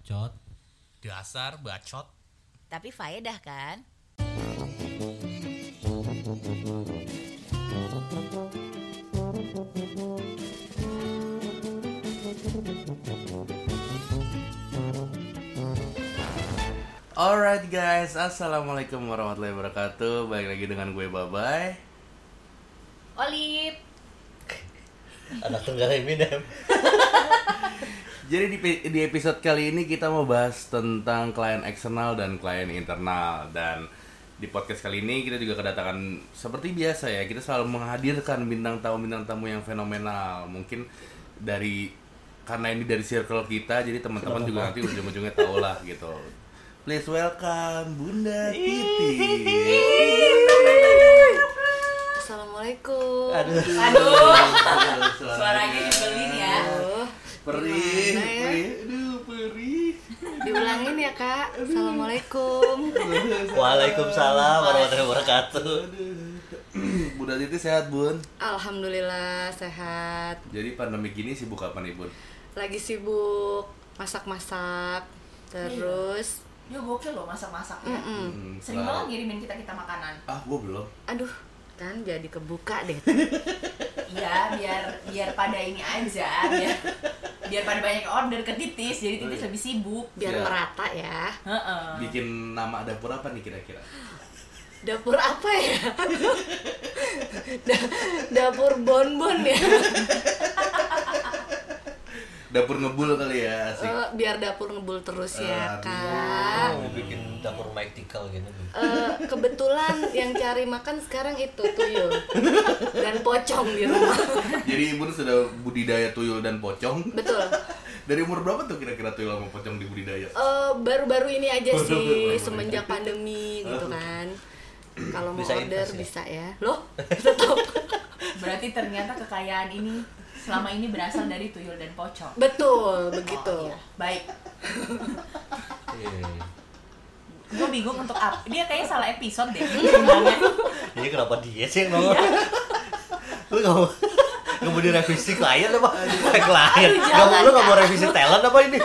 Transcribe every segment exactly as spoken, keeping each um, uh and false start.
bacot. Dasar bacot. Tapi faedah kan? Alright guys, assalamualaikum warahmatullahi wabarakatuh. Balik lagi dengan gue Babay, Olip. Anak tunggal Eminem. Jadi di, di episode kali ini kita mau bahas tentang klien eksternal dan klien internal. Dan di podcast kali ini kita juga kedatangan seperti biasa ya, kita selalu menghadirkan bintang tamu-bintang tamu yang fenomenal. Mungkin dari karena ini dari circle kita, jadi teman-teman juga nanti ujung-ujungnya tahu lah gitu. Please welcome Bunda Titi. Assalamualaikum. Aduh. Aduh. Suaranya dibelin ya. Aduh, Perih, gimana ya? perih, aduh perih. Diulangin ya kak. Assalamualaikum. Waalaikumsalam warahmatullahi wabarakatuh. Bunda Titi sehat Bun? Alhamdulillah sehat. Jadi pandemi gini sibuk apa nih Bun? Lagi sibuk masak-masak. Terus, Yo gokil loh masak-masaknya. mm-mm. Hmm, Sering selalu. banget ngirimin kita-kita makanan. Ah, gua belum. aduh, kan jadi kebuka deh. Iya, biar biar pada ini aja, biar biar pada banyak order ke Titis, jadi Titis Oh, iya. lebih sibuk. Biar Siap. merata ya. Heeh. Bikin nama dapur apa nih kira-kira? Dapur apa ya? Da- dapur bonbon ya. Dapur ngebul kali ya, asik. Eh, biar dapur ngebul terus ya Aduh. kak. Mau bikin dapur mythical gitu. Eh, kebetulan yang cari makan sekarang itu tuyul dan pocong di rumah. Jadi Bun sudah budidaya tuyul dan pocong. Betul. Dari umur berapa tuh kira-kira tuyul sama pocong dibudidaya? Eh, baru-baru ini aja Baru-baru sih ini. semenjak pandemi gitu kan. Kalau mau Bisa order invest ya? bisa ya. Loh, tetap. Berarti ternyata kekayaan ini selama ini berasal dari tuyul dan pocong. Betul, begitu. Oh, iya. Baik. Iya. Gue bingung untuk apa. Dia kayaknya salah episode deh. Sebenarnya. Ini kenapa dia sih yang nongol? Lu nggak mau nggak mau direvisi klien apa? Eh, klien. Nggak mau lu nggak mau revisi talent apa ini?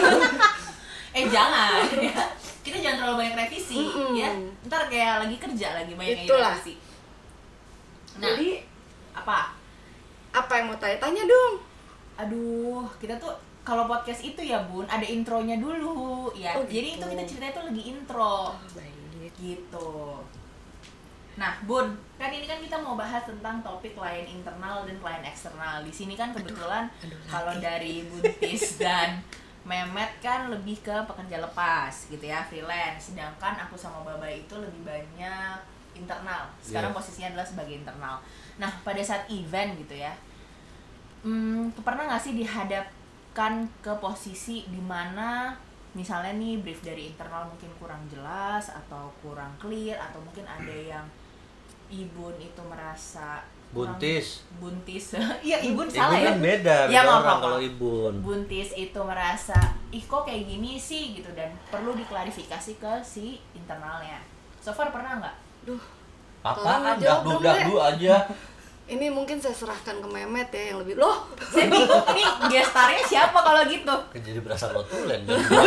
Eh jangan ya. Kita jangan terlalu banyak revisi Mm-mm. ya. Ntar kayak lagi kerja lagi banyak yang Itulah. revisi. Nah, Jadi apa? apa yang mau tanya? Tanya dong. Aduh, kita tuh kalau podcast itu ya Bun, ada intronya dulu ya. Oh, Jadi gitu. itu kita ceritanya tuh lagi intro. Baik. Gitu. Nah, Bun, kan ini kan kita mau bahas tentang topik klien internal dan klien eksternal. Di sini kan kebetulan aduh, lagi. kalau dari Buntis dan Mehmet kan lebih ke pekerja lepas gitu ya, freelance. Sedangkan aku sama Babay itu lebih banyak internal. Sekarang Yeah. posisinya adalah sebagai internal. Nah, pada saat event gitu ya, hmm, pernah nggak sih dihadapkan ke posisi dimana misalnya nih brief dari internal mungkin kurang jelas atau kurang clear, atau mungkin ada yang Ibun itu merasa kurang- Buntis. buntis iya Ibun Ibun salah ya kan beda, Ya, beda nggak orang apa-apa. kalau ibun. buntis itu merasa ih kok kayak gini sih gitu, dan perlu diklarifikasi ke si internalnya. So far pernah nggak? Duh, Apaan? Tolong jawab Dakdu dong, dakdu aja. ini mungkin saya serahkan ke Mehmet ya yang lebih. Loh, Saya bingung nih gestarnya siapa kalau gitu. Jadi berasa notulen.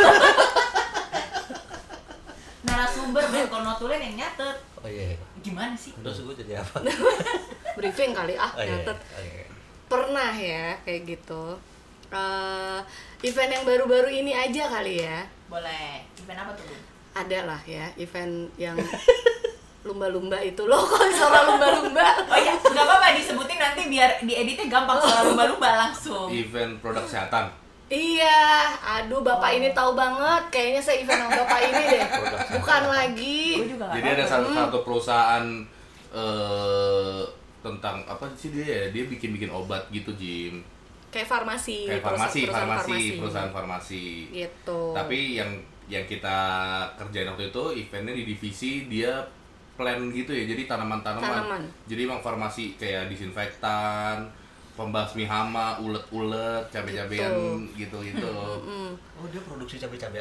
Narasumber Ben, kalau notulen yang nyatet. Oh iya. Gimana sih? Terus gue jadi apa? briefing kali ah, Oh iya. nyatet. Oh, iya. Pernah ya kayak gitu. Eh, event yang baru-baru ini aja kali ya. Boleh. Event apa tuh, Bun? Ada lah ya event yang lumba-lumba itu. Loh kok suara lumba-lumba? Oh iya, nggak apa-apa disebutin nanti biar dieditnya gampang, soal lumba-lumba langsung. Event produk kesehatan. Iya, aduh bapak Oh. ini tahu banget. Kayaknya saya event sama bapak ini deh. Bukan lagi. Gue juga nggak Jadi ada tahu. satu, satu perusahaan eh tentang apa sih dia ya? Dia bikin-bikin obat gitu, Jim. Kayak farmasi. Kayak farmasi, perusahaan farmasi, perusahaan farmasi. Gitu. Tapi yang yang kita kerjain waktu itu eventnya di divisi dia plan gitu ya, jadi tanaman-tanaman. Tanaman. Jadi emang farmasi kayak disinfektan, pembasmi hama, ulet-ulet, cabai-cabean gitu gitu. Mm. Oh dia produksi cabai-cabean.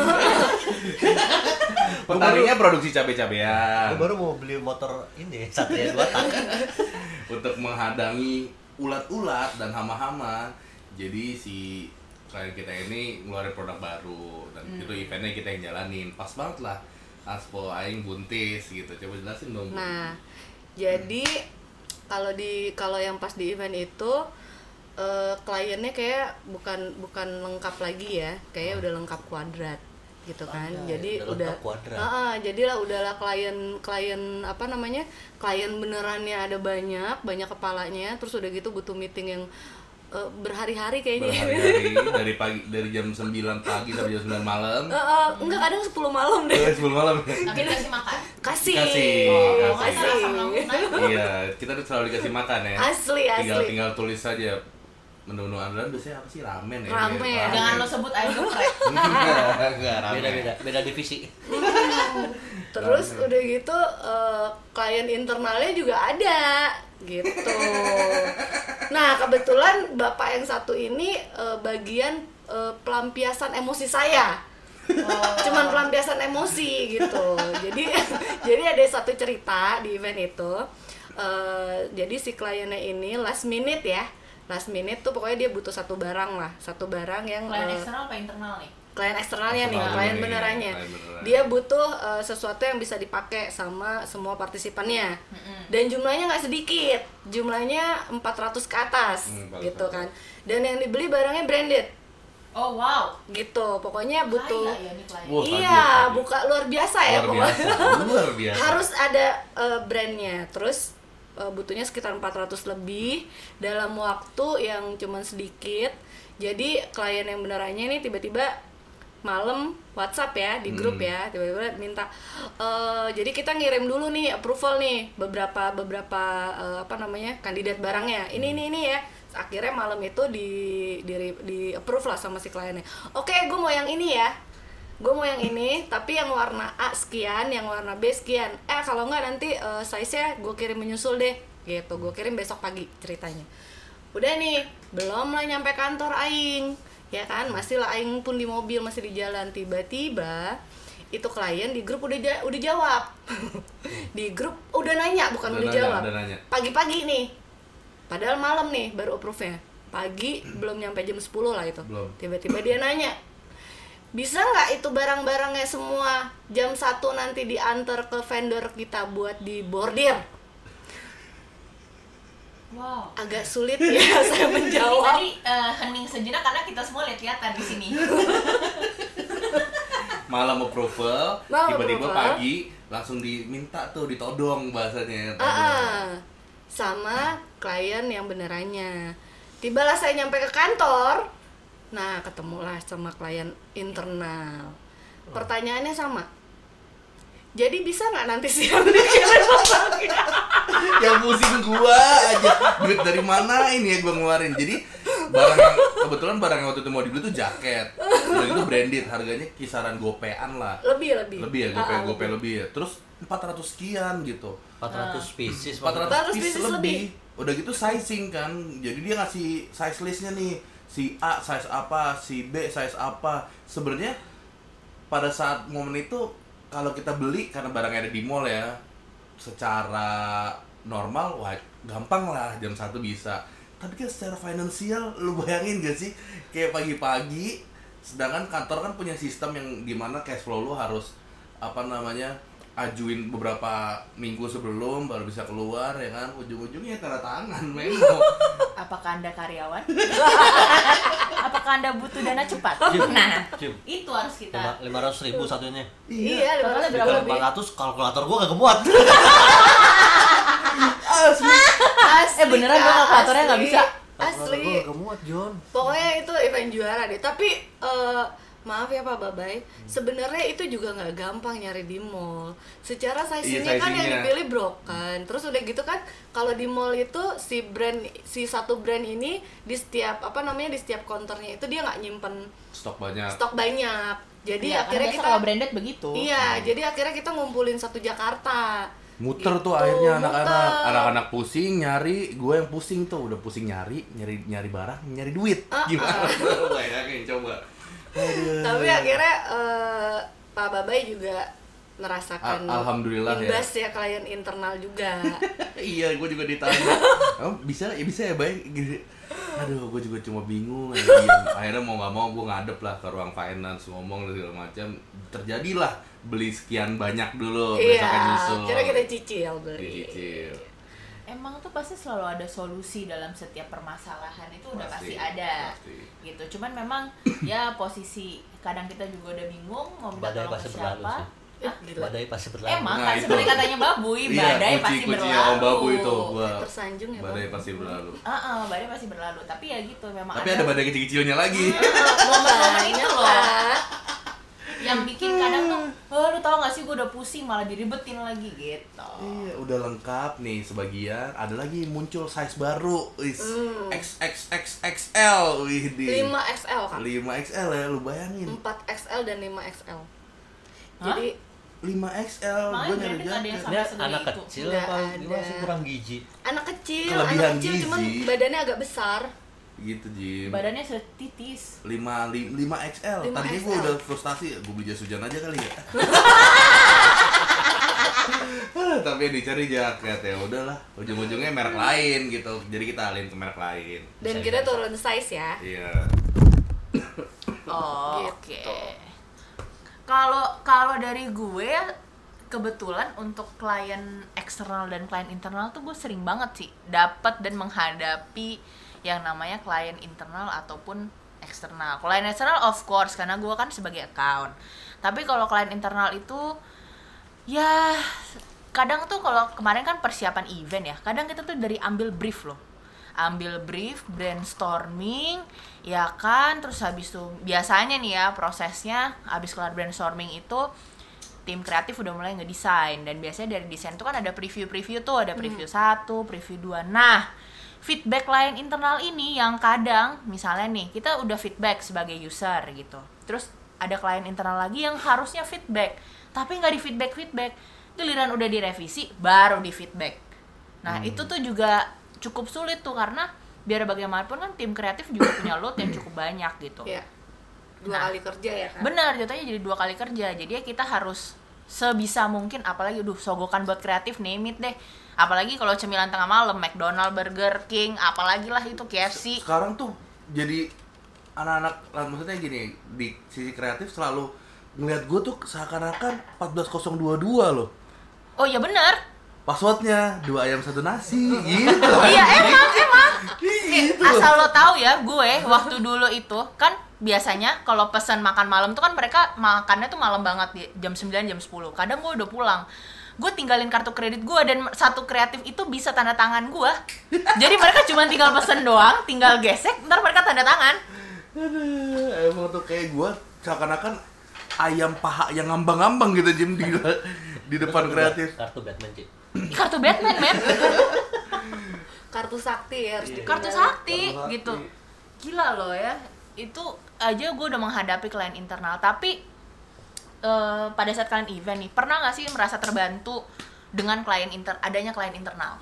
Petaninya produksi cabai-cabean Gue baru mau beli motor ini Satria dua tak. untuk menghadangi ulat-ulat dan hama-hama. Jadi si klien kita ini ngeluarin produk baru dan Hmm. itu eventnya kita yang jalanin. Pas banget lah. Aspo aing buntis gitu. Coba jelasin dong. Bu. Nah, jadi kalau di kalau yang pas di event itu eh, kliennya kayak bukan bukan lengkap lagi ya, kayak udah lengkap kuadrat gitu kan. Anjay, Jadi udah udah lengkap kuadrat. Heeh, jadilah udahlah klien klien apa namanya? Klien benerannya ada banyak, banyak kepalanya, terus udah gitu butuh meeting yang eh, berhari-hari kayaknya. Berhari-hari dari pagi dari jam sembilan pagi sampai jam sembilan malam. Heeh, enggak kadang sepuluh malam deh. Eh, sepuluh malam. Tapi dikasih makan. Kasih. Kasih. Oh, kasih. kasih. Asam lambung naik. Iya, kita tuh selalu dikasih makan ya. Asli, Tinggal asli. tinggal tulis saja. Menu-menu andalan biasanya apa sih? Ramen ya. Ramen. Ya, Jangan lo sebut ayam geprek. Enggak, enggak ramen. Beda-beda, beda divisi. Terus udah gitu eh, klien internalnya juga ada gitu. Nah kebetulan bapak yang satu ini eh, bagian eh, pelampiasan emosi saya. Cuman pelampiasan emosi gitu. Jadi jadi ada satu cerita di event itu. Eh, jadi si kliennya ini last minute ya. Last minute tuh pokoknya dia butuh satu barang lah, satu barang yang Klien eh, eksternal apa internal nih? klien eksternalnya nih, Eksternalnya klien nih, benerannya. klien beneran. Dia butuh uh, sesuatu yang bisa dipakai sama semua partisipannya. Dan jumlahnya nggak sedikit, jumlahnya empat ratus ke atas, Hmm, empat ratus gitu ke kan. Dan yang dibeli barangnya branded, Oh wow. gitu. Pokoknya butuh. Kaya ya nih klien. Wah, Iya, kaget, kaget. buka luar biasa ya Luar pokoknya. biasa, luar biasa. Harus ada uh, brandnya. Terus uh, butuhnya sekitar empat ratus lebih dalam waktu yang cuman sedikit. Jadi klien yang benerannya ini tiba-tiba malam WhatsApp ya di grup Hmm. ya, tiba-tiba minta eh jadi kita ngirim dulu nih approval nih beberapa beberapa eh, apa namanya kandidat barangnya ini ini ini ya. Akhirnya malam itu di di, di approve lah sama si kliennya. Oke, gue mau yang ini ya. Gue mau yang ini, tapi yang warna A sekian, yang warna B sekian. Eh kalau nggak nanti uh, size-nya gue kirim menyusul deh. Gitu, gue kirim besok pagi ceritanya. Udah nih, belum lah nyampe kantor aing. Ya kan, masih lah aing pun di mobil, masih di jalan. Tiba-tiba itu klien di grup udah ja- udah jawab. Di grup udah nanya, bukan Udah udah, nanya, jawab. udah nanya. Pagi-pagi nih. Padahal malam nih baru approve-nya. Pagi belum nyampe jam sepuluh lah itu. Belum. Tiba-tiba dia nanya, bisa nggak itu barang-barangnya semua jam satu nanti diantar ke vendor kita buat dibordir? Wow. Agak sulit ya saya Ini menjawab. tadi eh, hening sejenak karena kita semua lihat-lihatan di sini. Malam approval, Malam tiba-tiba approval. pagi langsung diminta tuh ditodong bahasanya. Ah, ah. Sama klien yang benerannya. Tibalah saya nyampe ke kantor. Nah, ketemulah sama klien internal. Pertanyaannya sama. Jadi bisa nggak nanti siang dikirim barangnya? Yang pusing gua aja, duit dari mana ini ya gua ngeluarin. Jadi barang yang kebetulan barang yang waktu itu mau dibeli tuh jaket. Udah itu branded, harganya kisaran gopean lah. Lebih lebih. Lebih ya, gope Ah, ah, gope lebih. lebih ya. Terus empat ratus sekian gitu. empat ratus pieces. empat empat ratus ratus piece pieces lebih. lebih. Udah gitu sizing kan. Jadi dia ngasih size listnya nih. Si A size apa, si B size apa. Sebenarnya pada saat momen itu kalau kita beli karena barangnya ada di mall ya, secara normal wah gampang lah jam satu bisa. Tapi kan secara finansial lu bayangin gak sih kayak pagi-pagi, sedangkan kantor kan punya sistem yang dimana cash flow lu harus apa namanya ajuin beberapa minggu sebelum baru bisa keluar ya kan, ujung-ujungnya tanda tangan memo. Apakah Anda karyawan? Apakah Anda butuh dana cepat? Jim, Nah, Jim. itu harus kita. lima ratus ribu satunya. Iya, lima ratus Berapa berapa Dikali lebih? empat ratus kalkulator gua gak kemuat. Asli. Asli, Eh, beneran gua Kak, kalkulatornya nggak asli. bisa. Kalkulator Asli. gua gak kemuat, John. Pokoknya itu event juara deh. Tapi eh, maaf ya Pak Babay, sebenarnya itu juga nggak gampang nyari di mall. Secara sizingnya Iya, kan yang sizingnya. dipilih broken. Terus udah gitu kan, kalau di mall itu si brand si satu brand ini di setiap apa namanya di setiap counternya itu dia nggak nyimpen Stok banyak. stok banyak. Jadi Iya, akhirnya karena biasa kita kalau branded begitu. iya, jadi akhirnya kita ngumpulin satu Jakarta. Muter Gitu, tuh akhirnya anak-anak, muter. anak-anak pusing nyari, gue yang pusing tuh udah pusing nyari, nyari nyari barang, nyari duit. Ah, Gimana? Bayangin coba. Aduh. Tapi akhirnya eh, Pak Babay juga merasakan Al- alhamdulillah ya. imbas ya klien internal juga. Iya, gue juga ditanya. Oh, bisa ya bisa ya baik. Gini. aduh gue juga cuma bingung ya, diem. Akhirnya mau nggak mau gue ngadep lah ke ruang finance, ngomong dan segala macam. Terjadilah beli sekian banyak dulu, besoknya Iya, nyusul. kira kita cicil beli. Dicicil. Emang tuh pasti selalu ada solusi dalam setiap permasalahan itu udah Pasti, pasti, ada pasti. gitu. Cuman memang ya posisi kadang kita juga udah bingung mau minta Badai tolong ke pasti berlalu siapa. sih. Eh, gila. Badai pasti berlalu. Emang Nah, kan itu. seperti katanya Babuy, Iya, badai kunci- pasti kunci berlalu. Om Babu itu gua. Tersanjung ya, Badai Bang. pasti berlalu. Heeh, badai pasti berlalu. Tapi ya gitu memang Tapi ada badai kecil-kecilnya lagi. momen-momen itu Banyak loh lah. yang bikin kadang tuh, oh lu tau gak sih gue udah pusing malah diribetin lagi gitu. Iya, udah lengkap nih sebagian. Ada lagi muncul size baru, wis Hmm. X X X X L, wih di lima X L kan? lima X L ya, lu bayangin. empat X L dan lima X L. Hah? Jadi lima X L, Makanya gue nyari branded ada yang jaket. sama. Dia segede anak itu. kecil Nggak apa ada. gimana sih, kurang gizi? anak kecil, Kelebihan anak kecil gizi. cuman badannya agak besar. Gitu Jim. Badannya setitis. lima lima X L. lima Tadinya X L. gue udah frustasi, gue beli jas hujan aja kali ya. Ah, tapi yang dicari jaket ya udahlah, ujung-ujungnya merek lain gitu. Jadi kita alihin ke merek lain. Dan Bisa kita bisa. turun size ya. Iya. Oh, Gitu. oke. Kalau kalau dari gue kebetulan untuk klien eksternal dan klien internal tuh gue sering banget sih dapat dan menghadapi yang namanya klien internal ataupun eksternal. Klien eksternal of course karena gue kan sebagai account. Tapi kalau klien internal itu ya kadang tuh kalau kemarin kan persiapan event ya, kadang kita tuh dari ambil brief loh. Ambil brief, brainstorming, ya kan, terus habis itu biasanya nih ya prosesnya habis kelar brainstorming itu tim kreatif udah mulai ngedesain dan biasanya dari desain itu kan ada preview-preview tuh, ada preview satu, preview dua. Nah, feedback klien internal ini yang kadang misalnya nih kita udah feedback sebagai user gitu. Terus ada klien internal lagi yang harusnya feedback, tapi nggak di feedback feedback. Giliran udah direvisi baru di feedback. Nah, itu tuh juga cukup sulit tuh karena biar bagaimanapun kan tim kreatif juga punya load yang cukup banyak gitu. Ya. Dua Nah, kali kerja ya kan. Benar, jatuhnya jadi dua kali kerja. Jadi ya kita harus sebisa mungkin, apalagi aduh sogokan buat kreatif, name it deh. Apalagi kalau cemilan tengah malam, McDonald, Burger King, apalagi lah itu K F C. Sekarang tuh jadi anak-anak, maksudnya gini, di sisi kreatif selalu ngeliat gue tuh seakan-akan empat belas nol dua dua loh. Oh iya benar. Passwordnya dua ayam satu nasi gitu. Iya emang emang. Nih, Gitu. asal lo tahu ya, gue waktu dulu itu kan biasanya kalau pesan makan malam tuh kan mereka makannya tuh malam banget di jam sembilan jam sepuluh. Kadang gue udah pulang. Gue tinggalin kartu kredit gue dan satu kreatif itu bisa tanda tangan gue. Jadi mereka cuma tinggal pesen doang, tinggal gesek, ntar mereka tanda tangan. Aduh, emang tuh kayak gue seakan-akan ayam paha yang ngambang-ngambang gitu Jim di di depan kreatif. Kartu Batman, Ci. Kartu Batman, men. Kartu sakti ya harus Iya. dipindahin. Kartu sakti Kartu sakti. gitu. Gila loh ya. Itu aja gue udah menghadapi klien internal. Tapi eh, pada saat kalian event nih, pernah nggak sih merasa terbantu dengan klien inter adanya klien internal?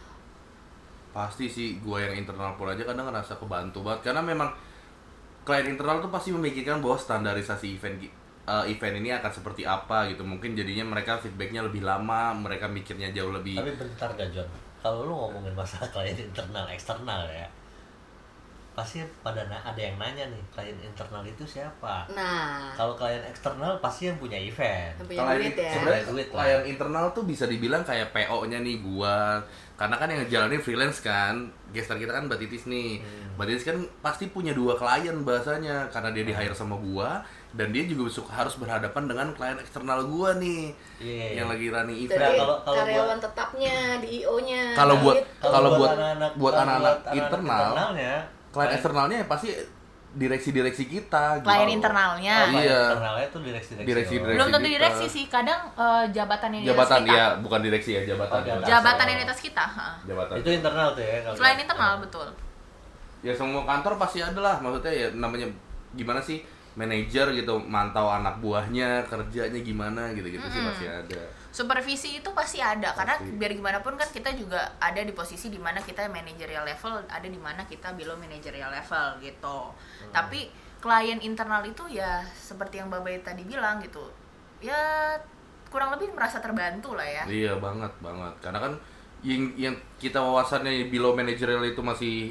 Pasti sih gue yang internal pun aja kadang ngerasa kebantu banget karena memang klien internal tuh pasti memikirkan bahwa standarisasi event gi- eh, event ini akan seperti apa gitu. Mungkin jadinya mereka feedbacknya lebih lama, mereka mikirnya jauh lebih. Tapi bentar gak John, kalau lu ngomongin masalah klien internal eksternal ya, pasti pada na- ada yang nanya nih, klien internal itu siapa? Nah, Kalau klien eksternal pasti yang punya event. yang punya Klien- duit ya. sebenarnya Duit lah. klien internal tuh bisa dibilang kayak P O-nya nih gua. Karena kan yang ngejalanin freelance kan. Gestar kita kan Mbak Titis nih. Hmm. Mbak Titis kan pasti punya dua klien bahasanya karena dia di hire sama gua dan dia juga suka harus berhadapan dengan klien eksternal gua nih. Iya. Yang lagi running Dari event. Nah, kalau- kalau karyawan buat- tetapnya, di I O-nya. Kalau buat gitu. kalau buat anak-anak buat kalau anak-anak buat anak-anak internal, internalnya, klien eksternalnya ya pasti direksi-direksi kita Klien gitu. internalnya. klien Iya. internalnya itu direksi-direksi. Direksi-direksi. Belum tentu kita. direksi sih, kadang eh, jabatan yang di atas Jabatan kita. ya, bukan direksi ya, jabatan. Oh, jabatan. Jabatan yang di atas kita. ha. Jabatan. Itu internal tuh ya. kalau- Klien internal betul. Ya semua kantor pasti ada lah, maksudnya ya namanya gimana sih manajer gitu, mantau anak buahnya kerjanya gimana gitu-gitu sih Mm-mm. pasti ada. Supervisi itu pasti ada karena Pasti. biar gimana pun kan kita juga ada di posisi di mana kita managerial level, ada di mana kita below managerial level gitu. Tapi klien internal itu ya seperti yang Babay tadi bilang gitu. Ya kurang lebih merasa terbantu lah ya. Iya banget banget, karena kan yang yang kita wawasannya below managerial itu masih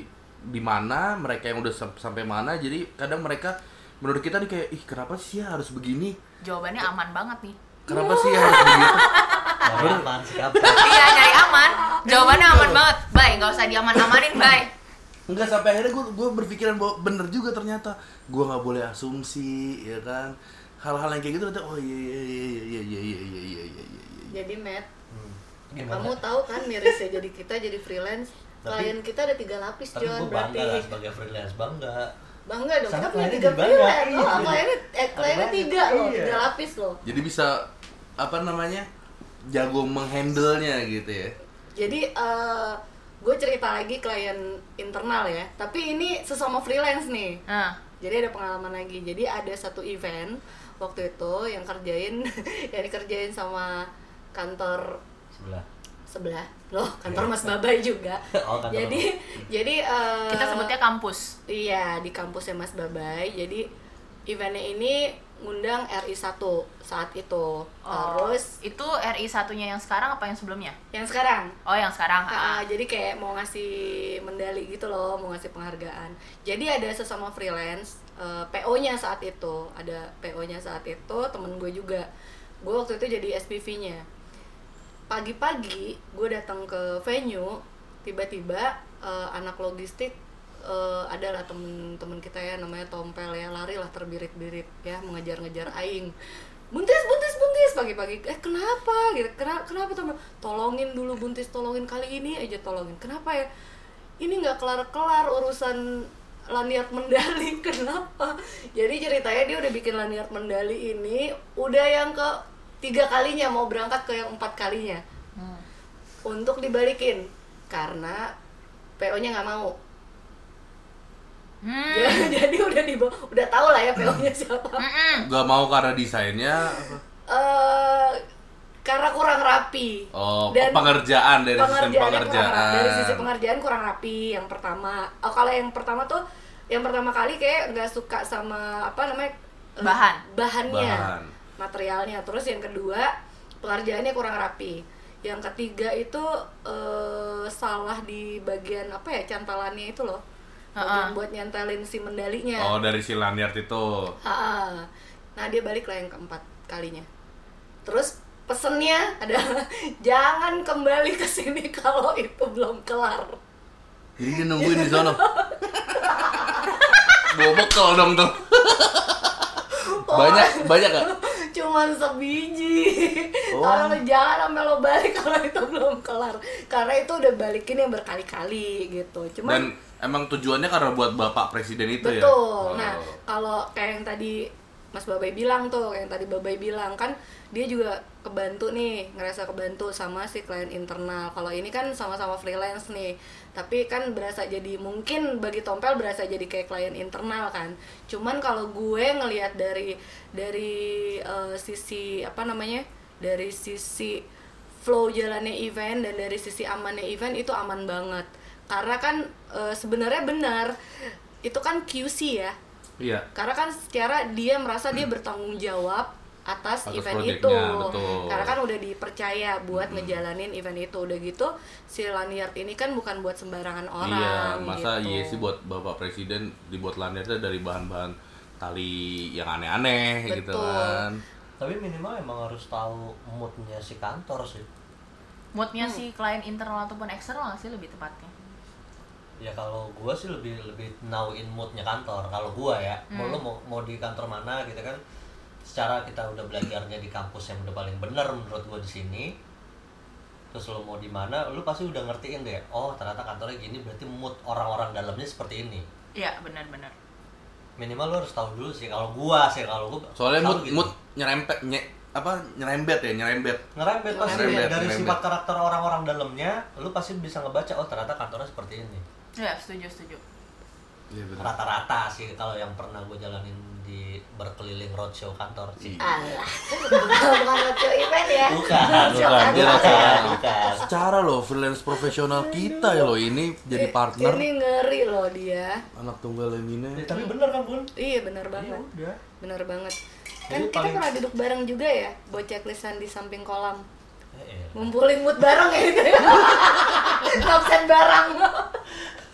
di mana, mereka yang udah sam- sampai mana. Jadi kadang mereka menurut kita nih kayak, ih kenapa sih ya harus begini? Jawabannya aman banget nih. Kenapa sih ya harus begitu? Nyari aman sih kapan? Iya, nyari aman. Jawabannya aman banget. Bye, nggak usah diaman-amanin, bye. Enggak, sampai akhirnya gue gue berpikiran bahwa bener juga ternyata gue nggak boleh asumsi, ya kan? Hal-hal yang kayak gitu ternyata oh iya iya iya iya iya iya iya iya iya iya. Jadi Matt, Hmm. kamu tahu kan mirisnya jadi kita jadi freelance. Tapi- Klien kita ada tiga lapis, Tapi John, gue bangga berarti. lah sebagai freelance, bangga. Bangga dong, Sana kita punya kliennya tiga jadi banyak, freelance. iya, Oh, jadi- kliennya, eh, kliennya banyak, tiga loh, iya. tiga lapis loh. Jadi bisa apa namanya jago menghandle-nya gitu ya. Jadi uh, gue cerita lagi klien internal ya, tapi ini sesama freelance nih. Nah, Jadi ada pengalaman lagi. Jadi ada satu event waktu itu yang kerjain, yang dikerjain sama kantor Sebelah. sebelah loh, kantor Mas Babai juga. Oh, kantor. Jadi jadi uh, kita sebutnya kampus. iya di kampusnya Mas Babai. Jadi eventnya ini ngundang R I satu saat itu. Terus itu R I satunya yang sekarang apa yang sebelumnya? yang sekarang. Oh, yang sekarang. Ah, Ah. jadi kayak mau ngasih medali gitu loh, mau ngasih penghargaan. Jadi ada sesama freelance, eh, P O-nya saat itu, ada P O-nya saat itu, temen gue juga. Gue waktu itu jadi S P V-nya. Pagi-pagi gue datang ke venue, tiba-tiba eh, anak logistik eh, adalah temen-temen kita ya, namanya Tompel ya, lari lah terbirit-birit ya, mengejar-ngejar aing. Buntis, buntis, buntis pagi-pagi. Eh kenapa? Gitu. Kenapa? Kenapa Tompel? Tolongin dulu buntis, tolongin kali ini aja tolongin. Kenapa ya? Ini nggak kelar-kelar urusan lanyard mendali. Kenapa? Jadi ceritanya dia udah bikin lanyard mendali ini udah yang ke tiga kalinya, mau berangkat ke yang empat kalinya Hmm. untuk dibalikin karena P O-nya nggak mau. Hmm. Ya, jadi udah di udah tahu lah ya P O-nya siapa. Mm-mm. Gak mau karena desainnya apa? Eh karena kurang rapi. Oh, Dan pengerjaan dari sistem pengerjaannya pengerjaan. kurang rapi. Dari sisi pengerjaan kurang rapi yang pertama. Oh, kalau yang pertama tuh yang pertama kali kayak nggak suka sama apa namanya eh, Bahan. bahannya, Bahan. materialnya. Terus yang kedua pengerjaannya kurang rapi. Yang ketiga itu eh, salah di bagian apa ya, cantalannya itu loh. Bagian Ha-ha. buat nyantelin si mendalinya. Oh, dari si lanyard itu. Ha-ha. Nah dia balik lah yang keempat kalinya. Terus pesennya adalah jangan kembali ke sini kalau itu belum kelar. Jadi dia nungguin di sono. Bawa bekal dong tuh. Banyak, banyak gak? Cuman sebiji. Oh. Kalau jangan sampai lo balik kalau itu belum kelar. Karena itu udah balikin yang berkali-kali gitu. Cuman Dan emang tujuannya karena buat Bapak Presiden itu ya? betul. Oh. Nah, kalau kayak yang tadi Mas Babai bilang tuh, yang tadi Babai bilang kan dia juga kebantu nih, ngerasa kebantu sama si klien internal. Kalau ini kan sama-sama freelance nih, tapi kan berasa jadi, mungkin bagi Tompel berasa jadi kayak klien internal kan. Cuman kalau gue ngelihat dari dari uh, sisi apa namanya, dari sisi flow jalannya event dan dari sisi amannya event itu aman banget. Karena kan uh, sebenarnya benar itu kan Q C ya. Iya. Karena kan secara dia merasa dia bertanggung jawab atas, Atas event proyeknya, itu. betul. Karena kan udah dipercaya buat ngejalanin event itu. Udah gitu si lanyard ini kan bukan buat sembarangan orang. Iya, masa gitu. iya sih buat Bapak Presiden dibuat lanyardnya dari bahan-bahan tali yang aneh-aneh gitu Betul. kan. Tapi minimal emang harus tahu moodnya si kantor sih. Moodnya Hmm. si klien internal ataupun eksternal nggak sih lebih tepatnya? Ya kalau gua sih lebih lebih nauin moodnya kantor. Kalau gua ya, mau Hmm. lu mau mau di kantor mana gitu kan. Secara kita udah belajarnya di kampus yang udah paling benar menurut gua di sini. Terus lu mau di mana, lu pasti udah ngertiin deh. Oh, ternyata kantornya gini, berarti mood orang-orang dalamnya seperti ini. Iya, benar-benar. Minimal lu harus tahu dulu sih. Kalau gua sih, kalau gua Soalnya tahu mood gitu. mood nyerempet nye, apa nyerembet ya, nyerembet. ngerembet pasti Ngerembet, dari ngerembet. sifat karakter orang-orang dalamnya, lu pasti bisa ngebaca oh ternyata kantornya seperti ini. Iya, setuju, setuju. Iya benar. Rata-rata sih kalau yang pernah gue jalanin di berkeliling roadshow kantor sih. Alah, bukan roadshow event ya. Bukan, Roadshow bukan, dia kantor. roadshow. Bukan, bukan. Secara loh freelance profesional kita ya loh ini jadi partner Ini ngeri loh dia. anak tunggal yang ini. Ya, tapi bener kan Bun? Iya benar Iya banget. udah. Benar banget. Kan Jadi kita paling- pernah duduk bareng juga ya, buat checklistan di samping kolam. Eh, eh. Ngumpulin mood bareng ya gitu ya. Ngabsen bareng.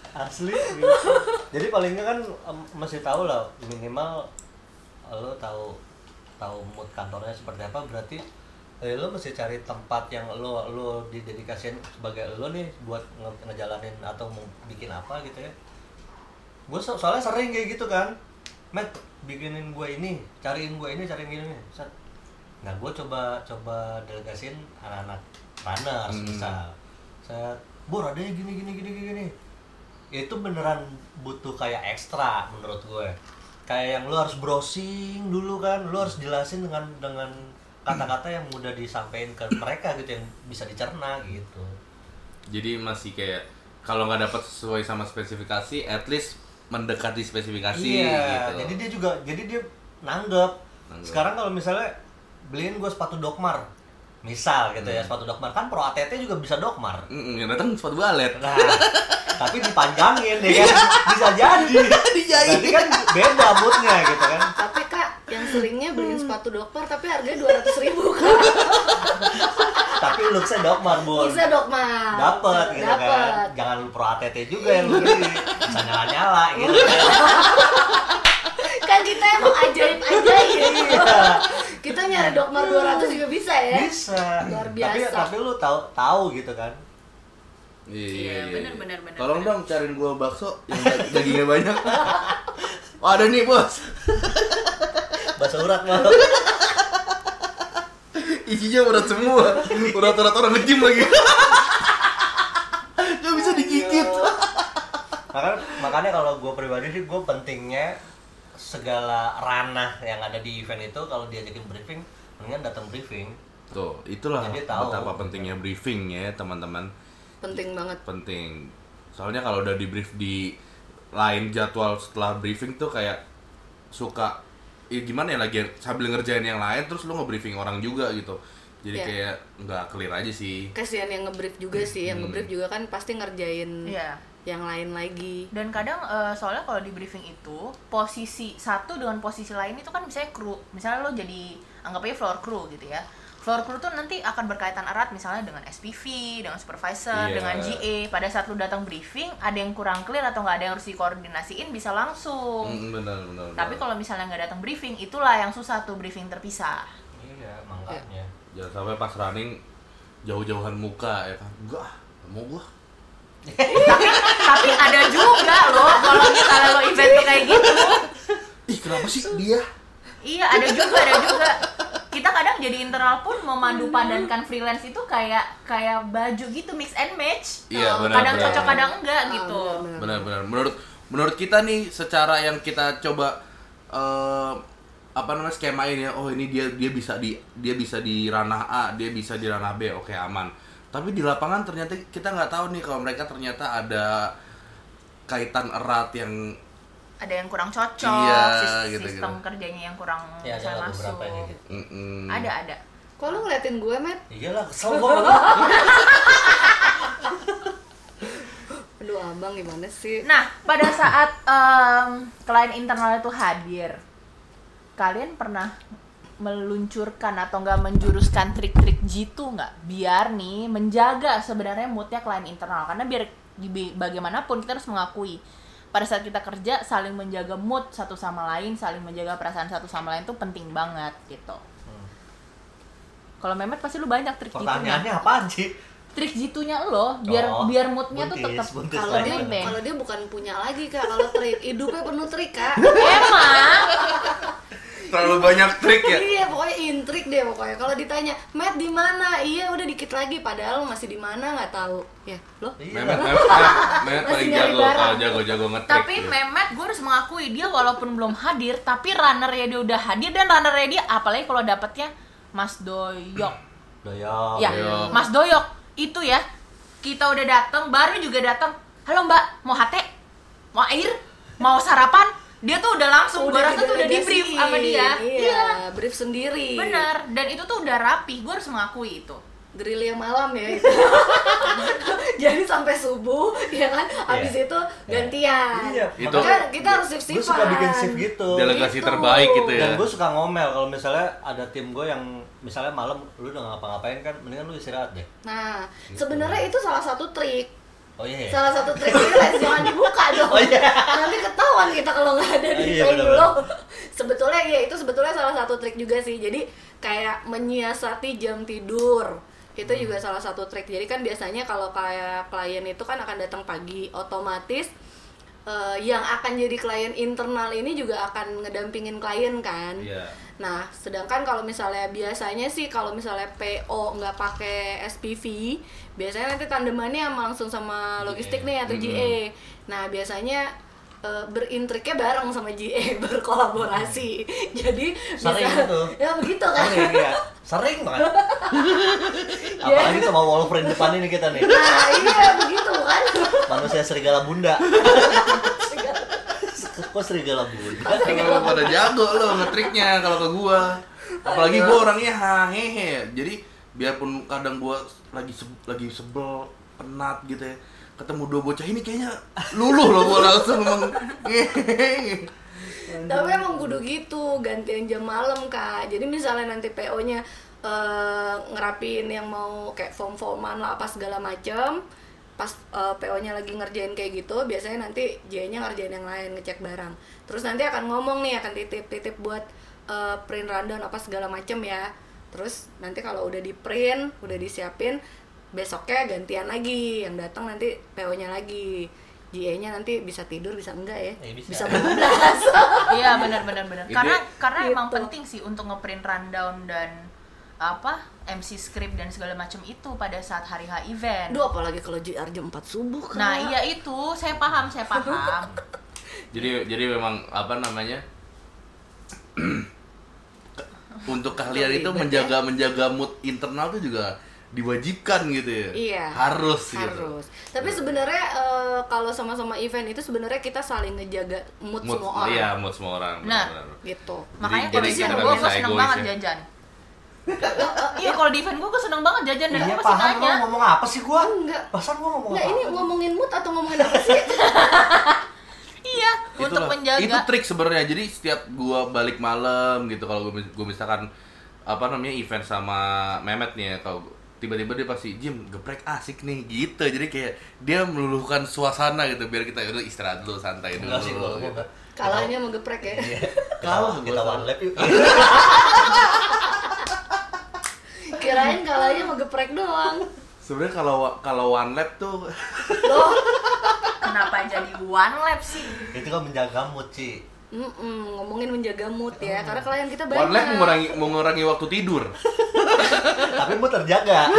Asli gitu. Jadi paling nggak kan em, masih tahu lah minimal lo tahu tahu mood kantornya seperti apa, berarti eh, lo mesti cari tempat yang lo lo didedikasiin sebagai lo nih buat nge- ngejalanin atau mau bikin apa gitu ya. Gue so- soalnya sering kayak gitu kan, Matt bikinin gue ini, cariin gue ini, cariin gini nih. Set. Nah gue coba coba delegasiin anak-anak runners Hmm. misal. Saya, Bor ada gini gini gini gini. Itu beneran butuh kayak ekstra menurut gue. Kayak yang lu harus browsing dulu kan, lu harus jelasin dengan dengan kata-kata yang mudah disampaikan ke mereka gitu, yang bisa dicerna gitu. Jadi masih kayak kalau nggak dapat sesuai sama spesifikasi, at least mendekati spesifikasi Iya, gitu. jadi dia juga, jadi dia nanggep. Nanggep. Sekarang kalau misalnya beliin gue sepatu Dokmar, misal gitu ya, sepatu Dokmar kan Pro A T T juga bisa Dokmar. Mm, yang datang sepatu balet. Nah, tapi dipanjangin ya kan, bisa jadi. Dijahit. Berarti kan beda moodnya gitu kan. Tapi kak, yang seringnya beliin sepatu Dokmar tapi harganya dua ratus ribu kak. Tapi looksnya Dokmar, Bun. Bisa Dokmar. Dapet gitu kan. Dapet. Jangan Pro A T T juga yang lu beli. Bisa nyala-nyala gitu kan. Kan kita emang ajaib-ajaib. Iya. Kita nyari Dokmar dua ratus juga bisa ya. Bisa. Luar Tapi biasa. tapi lu tahu tahu gitu kan. Iya, bener, bener, bener, Tolong bener. dong cariin gua bakso yang dag- dagingnya banyak. Oh, ada nih, Bos. Bahasa urat mah. Isinya urat semua. Urat-urat orang nge-gym lagi. Gak bisa digigit. Makanya, makanya kalau gue pribadi sih, gue pentingnya segala ranah yang ada di event itu kalau diajakin briefing, mendingan datang briefing. Tuh, itulah Jadi tahu. betapa pentingnya briefing ya, teman-teman. Penting banget. Penting. Soalnya kalau udah di brief di lain jadwal setelah briefing tuh kayak suka ya gimana ya, lagi sambil ngerjain yang lain terus lu nge-briefing orang juga gitu. Jadi Iya. kayak nggak clear aja sih. Kasihan yang ngebrief juga sih, yang Hmm. ngebrief juga kan pasti ngerjain Iya. yang lain lagi. Dan kadang eh, soalnya kalau di briefing itu posisi satu dengan posisi lain itu kan misalnya kru, misalnya lo jadi anggap aja floor crew gitu ya. Floor crew tuh nanti akan berkaitan erat misalnya dengan S P V, dengan supervisor, Iya. dengan G A. Pada saat lo datang briefing ada yang kurang clear atau nggak ada yang harus dikoordinasiin bisa langsung. Mm, benar benar. Tapi benar. kalau misalnya nggak datang briefing, itulah yang susah tuh briefing terpisah. Iya, makanya. jangan sampai pas running jauh-jauhan muka ya kan. Enggak, nggak mau gua. Tapi ada juga loh kalau misalnya lo event tuh kayak gitu. Ih, kenapa sih dia? Iya, ada juga, ada juga. Kita kadang jadi internal pun memadu padankan freelance itu kayak kayak baju gitu, mix and match. Iya, benar, Kadang benar. cocok, kadang enggak Ah, gitu. benar-benar. Benar-benar. Menurut menurut kita nih secara yang kita coba eh, apa namanya skemain ya. Oh, ini dia dia bisa di dia bisa di ranah A, dia bisa di ranah B. Oke, aman. Tapi di lapangan ternyata kita nggak tahu nih kalau mereka ternyata ada kaitan erat yang Ada yang kurang cocok, Iya, sis- gitu, sistem gitu. kerjanya yang kurang Ya, bisa ada masuk. beberapa yang kayak gitu. mm-mm. Ada, ada. Kok lu ngeliatin gue, Matt? Iyalah, kesel gua. Aduh, abang gimana sih? Nah, pada saat em, klien internal itu hadir, kalian pernah meluncurkan atau nggak menjuruskan trik-trik jitu nggak? Biar nih menjaga sebenarnya moodnya klien internal. Karena biar di- bagaimanapun kita harus mengakui pada saat kita kerja saling menjaga mood satu sama lain, saling menjaga perasaan satu sama lain itu penting banget gitu. Hmm. Kalau Mehmet pasti lu banyak trik jitunya. Pertanyaannya apaan sih? Trik jitunya lo biar Oh, biar moodnya tuh buntis, tetap buntis Kalau dia maintain. kalau dia bukan punya lagi kak, kalau trik hidupnya penuh trik kak. Emang Terlalu banyak trik ya. Iya, pokoknya intrik deh pokoknya. Kalau ditanya, Matt di mana? Iya, udah dikit lagi. Padahal masih di mana nggak tahu. Ya, loh? Iya. Mehmet, Mehmet, Mehmet, Mehmet Masih paling nyari jago barang. kalau jago-jago ngetrik. tapi gitu. Mehmet gue harus mengakui dia walaupun belum hadir tapi runnernya dia udah hadir dan runnernya dia apalagi kalau dapetnya Mas Doyok Doyok. ya Doyok. Mas Doyok itu ya kita udah datang baru juga datang halo Mbak mau hate mau air mau sarapan dia tuh udah langsung gue rasa tuh udah di brief sama dia Iya, brief sendiri. benar dan itu tuh udah rapi gue harus mengakui itu Drill yang malam ya itu. Jadi sampai subuh, ya kan? Habis Iya. itu gantian. Iya. Itu- Makanya kita harus Gue shift-shiftan. suka bikin shift gitu. Delegasi Gitu. terbaik gitu ya. Dan gue suka ngomel kalau misalnya ada tim gue yang misalnya malam lu udah ngapa-ngapain kan, mendingan lu istirahat deh. Nah, Gitu. sebenarnya itu salah satu trik. Oh iya. Salah satu trik itu Les, jangan dibuka dong. Oh iya. Nanti ketahuan kita kalau nggak ada di Oh iya, play benar, dulu. benar. Sebetulnya ya itu sebetulnya salah satu trik juga sih. Jadi kayak menyiasati jam tidur. Itu Hmm. juga salah satu trik. Jadi kan biasanya kalau kayak klien itu kan akan datang pagi, otomatis eh, yang akan jadi klien internal ini juga akan ngedampingin klien kan. Iya. Nah, sedangkan kalau misalnya biasanya sih kalau misalnya P O nggak pakai S P V, biasanya nanti tandemannya sama langsung sama logistik nih atau G A. Nah, biasanya eh, berintriknya bareng sama G A, berkolaborasi. Jadi Sering bisa- gitu. ya begitu kan. Sering ya. Sering banget. Apalagi sama Wolverine depan ini kita nih. Nah, iya begitu kan. Manusia serigala bunda. Kok serigala bunda? Kalau pada jago lo ngetriknya kalau ke gua. Apalagi gua orangnya hahehe. Jadi biarpun kadang gua lagi se- lagi sebel, penat gitu ya. Ketemu dua bocah ini kayaknya luluh loh gua langsung ngomong. Hehehe. Tapi emang kudu gitu, gantian jam malam Kak. Jadi misalnya nanti P O-nya eh, ngerapiin yang mau kayak form-forman lah apa segala macem, pas eh, P O-nya lagi ngerjain kayak gitu, biasanya nanti J-nya ngerjain yang lain, ngecek barang. Terus nanti akan ngomong nih, akan titip-titip buat eh, print rundown apa segala macem ya. Terus nanti kalau udah di print, udah disiapin, besoknya gantian lagi, yang datang nanti P O-nya lagi. G A-nya nanti bisa tidur, bisa enggak ya? Eh, bisa. Bisa bablas. Iya benar benar benar. Ide- Karena karena Gitu. emang penting sih untuk ngeprint rundown dan apa M C script dan segala macam itu pada saat hari H event. Duh, apalagi kalau J R jam empat subuh kan. Nah iya itu saya paham saya paham. Jadi jadi memang apa namanya? Untuk kalian itu Ribet, menjaga menjaga mood internal tuh juga diwajibkan gitu ya. Iya. Harus gitu. Harus. Tapi sebenarnya eh, kalau sama-sama event itu sebenarnya kita saling ngejaga mood, Mood, semua orang. iya, mood semua orang. Nah. benar-benar. Gitu. Makanya Jadi- kalau jadi event kita gue nggak gue bisa seneng egois banget ya. jajan. Iya kalau di event gue gue seneng banget jajan dan Iya gue pasti paham nanya. lo ngomong apa sih gua? Enggak. Pasan gua ngomong Enggak, apa? ini ngomongin mood atau ngomongin apa sih? Iya untuk Itulah. menjaga. Itu trik sebenarnya. Jadi setiap gua balik malam gitu kalau gua, gua misalkan apa namanya event sama Mehmet nih ya, kalau tiba-tiba dia pasti Jim geprek asik nih gitu. Jadi kayak dia meluluhkan suasana gitu biar kita udah istirahat dulu, santai dulu. Enggak sih gua. gitu. Kalahnya mau geprek ya. Iya. Kalah Kita, gua kita sama. one lap yuk. Kirain kalahnya mau geprek doang. Sebenarnya kalau kalau one lap tuh Loh, Kenapa jadi one lap sih? Itu kan menjaga mood, Ci. mm-mm, ngomongin menjaga mood ya, karena klien kita banyak. one lap mengurangi mengurangi waktu tidur. Tapi mood terjaga.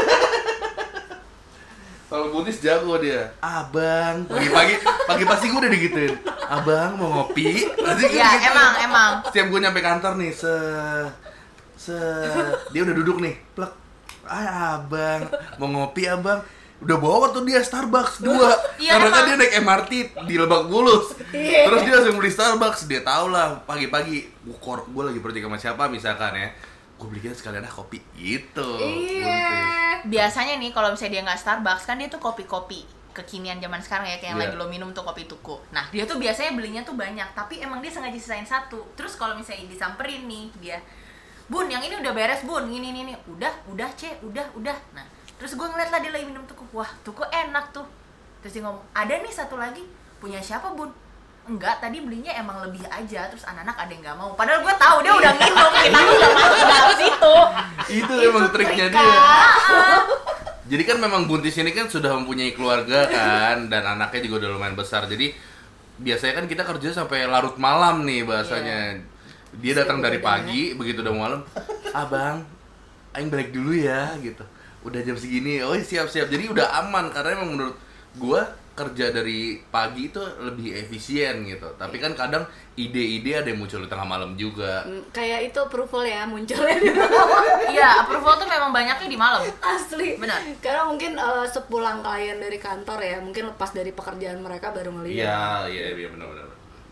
Kalau Butis jago dia. Abang, pagi-pagi pagi-pagi gue udah digituin. Abang mau ngopi? Nanti gua Iya digituin. emang emang. Setiap gue nyampe kantor nih, se se dia udah duduk nih, plek. Ah, abang, mau ngopi abang? Udah bawa tuh dia Starbucks dua. Iya, Karena kan emang. dia naik M R T di Lebak Bulus. Iya. Terus dia langsung beli Starbucks. Dia tau lah pagi-pagi gue lagi pergi sama siapa misalkan ya. Gue belikan sekalian ah kopi gitu. Iya. Biasanya nih kalau misalnya dia nggak Starbucks kan dia tuh kopi-kopi kekinian zaman sekarang ya kayak yang Iya. lagi lo minum tuh kopi tuku. Nah dia tuh biasanya belinya tuh banyak tapi emang dia sengaja sisain satu. Terus kalau misalnya disamperin nih dia, Bun yang ini udah beres Bun, ini ini ini udah udah C udah udah. Nah terus gue ngeliat lah dia lagi minum tuku, wah tuku enak tuh. Terus dia ngomong ada nih satu lagi punya siapa Bun? Enggak, tadi belinya emang lebih aja, terus anak-anak ada yang nggak mau. Padahal gue tahu dia udah minum, kita tuh udah masuk dalam situ. Itu emang triknya trik, dia. Kak. Jadi kan memang Buntis ini kan sudah mempunyai keluarga kan dan anaknya juga udah lumayan besar. Jadi biasanya kan kita kerja sampai larut malam nih bahasanya. Dia datang dari pagi, begitu udah malam, "Abang, aing balik dulu ya." gitu. Udah jam segini. Oh, siap-siap. Jadi udah aman karena emang menurut gua kerja dari pagi itu lebih efisien gitu. Tapi kan kadang ide-ide ada yang muncul di tengah malam juga. Hmm, kayak itu approval ya munculnya di malam. Iya, approval tuh memang banyaknya di malam. Asli. Benar. Karena mungkin eh, sepulang klien dari kantor ya, mungkin lepas dari pekerjaan mereka baru ngeliat. Iya, iya, iya benar-benar.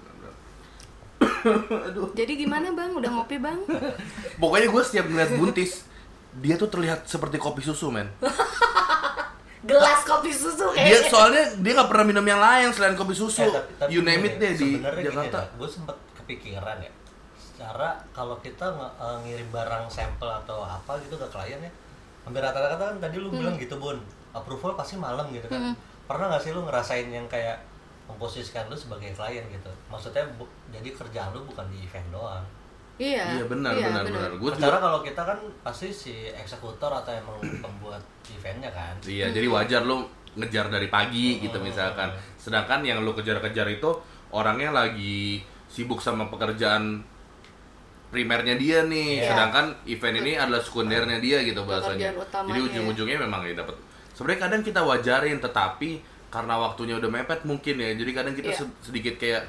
Aduh. Jadi gimana bang? Udah ngopi bang? Pokoknya gue setiap ngeliat Buntis, dia tuh terlihat seperti kopi susu, men. Gelas kopi susu Dia kayaknya. soalnya dia nggak pernah minum yang lain selain kopi susu. Eh, tapi- tapi you name gini, it deh di sebenarnya Jakarta. gue sempet kepikiran ya, secara kalau kita nge- eh, ngirim barang sampel atau apa gitu ke klien ya, hampir rata-rata kan tadi lu bilang gitu Bun, approval pasti malam gitu kan. pernah nggak sih lu ngerasain yang kayak memposisikan lu sebagai klien gitu? Maksudnya bu, jadi kerjaan lu bukan di event doang. Iya. Iya benar iya, benar benar. Gue Secara kalau kita kan pasti si eksekutor atau emang pembuat eventnya kan. Iya, jadi wajar lu ngejar dari pagi gitu misalkan. Sedangkan yang lu kejar-kejar itu orangnya lagi sibuk sama pekerjaan primernya dia nih. Iya. Sedangkan event ini adalah sekundernya dia gitu bahasanya. Pekerjaan utamanya. Jadi ujung-ujungnya memang ya dapat. Sebenarnya kadang kita wajarin, tetapi karena waktunya udah mepet mungkin ya. Jadi kadang kita Iya. sedikit kayak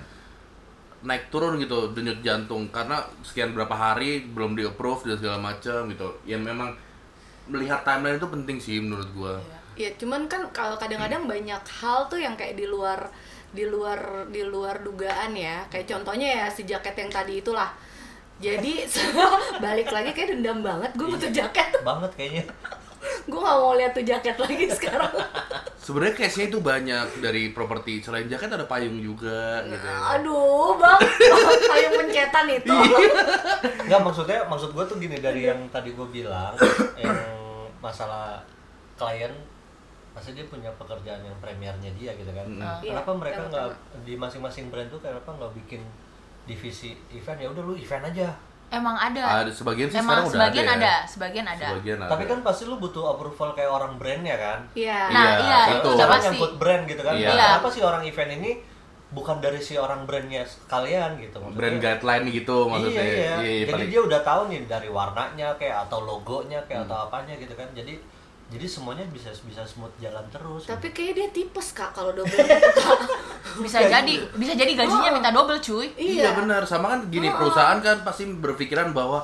naik turun gitu denyut jantung karena sekian berapa hari belum di approve dan segala macam gitu. Ya memang melihat timeline itu penting sih menurut gua. Ya cuman kan kalau kadang-kadang banyak hal tuh yang kayak di luar di luar di luar dugaan ya. Kayak contohnya ya si jaket yang tadi itulah. Jadi balik lagi kayak dendam banget gue butuh jaket. Banget kayaknya. Gue gak mau lihat tuh jaket lagi sekarang. Sebenarnya case-nya itu banyak dari properti. Selain jaket ada payung juga gitu. Aduh bang, payung pencetan itu. Enggak, maksudnya maksud gue tuh gini, dari yang tadi gue bilang yang masalah klien pasti dia punya pekerjaan yang premiernya dia gitu kan. Mm. Kenapa Iya, mereka betul, nggak di masing-masing brand tuh kenapa nggak bikin divisi event? Ya udah lu event aja. Emang ada. Ada sebagian sih Emang sekarang udah sebagian ada. ada, Ya. sebagian ada. Sebagian ada. Tapi kan pasti lu butuh approval kayak orang brandnya kan. Iya. Nah, Iya, iya, itu. itu udah Karena pasti. nyangkut brand gitu kan. Iya. Nah, kenapa sih orang event ini bukan dari si orang brandnya kalian gitu? Maksudnya, Brand guideline gitu maksudnya. Iya, iya. Jadi paling- dia udah tahu nih dari warnanya kayak atau logonya kayak Hmm. atau apanya gitu kan. Jadi jadi semuanya bisa bisa smooth jalan terus. Tapi gitu. kayak dia tipes kak kalau double gitu kak. Bisa jadi, bisa jadi gajinya minta double cuy. Iya benar, sama kan gini, perusahaan kan pasti berpikiran bahwa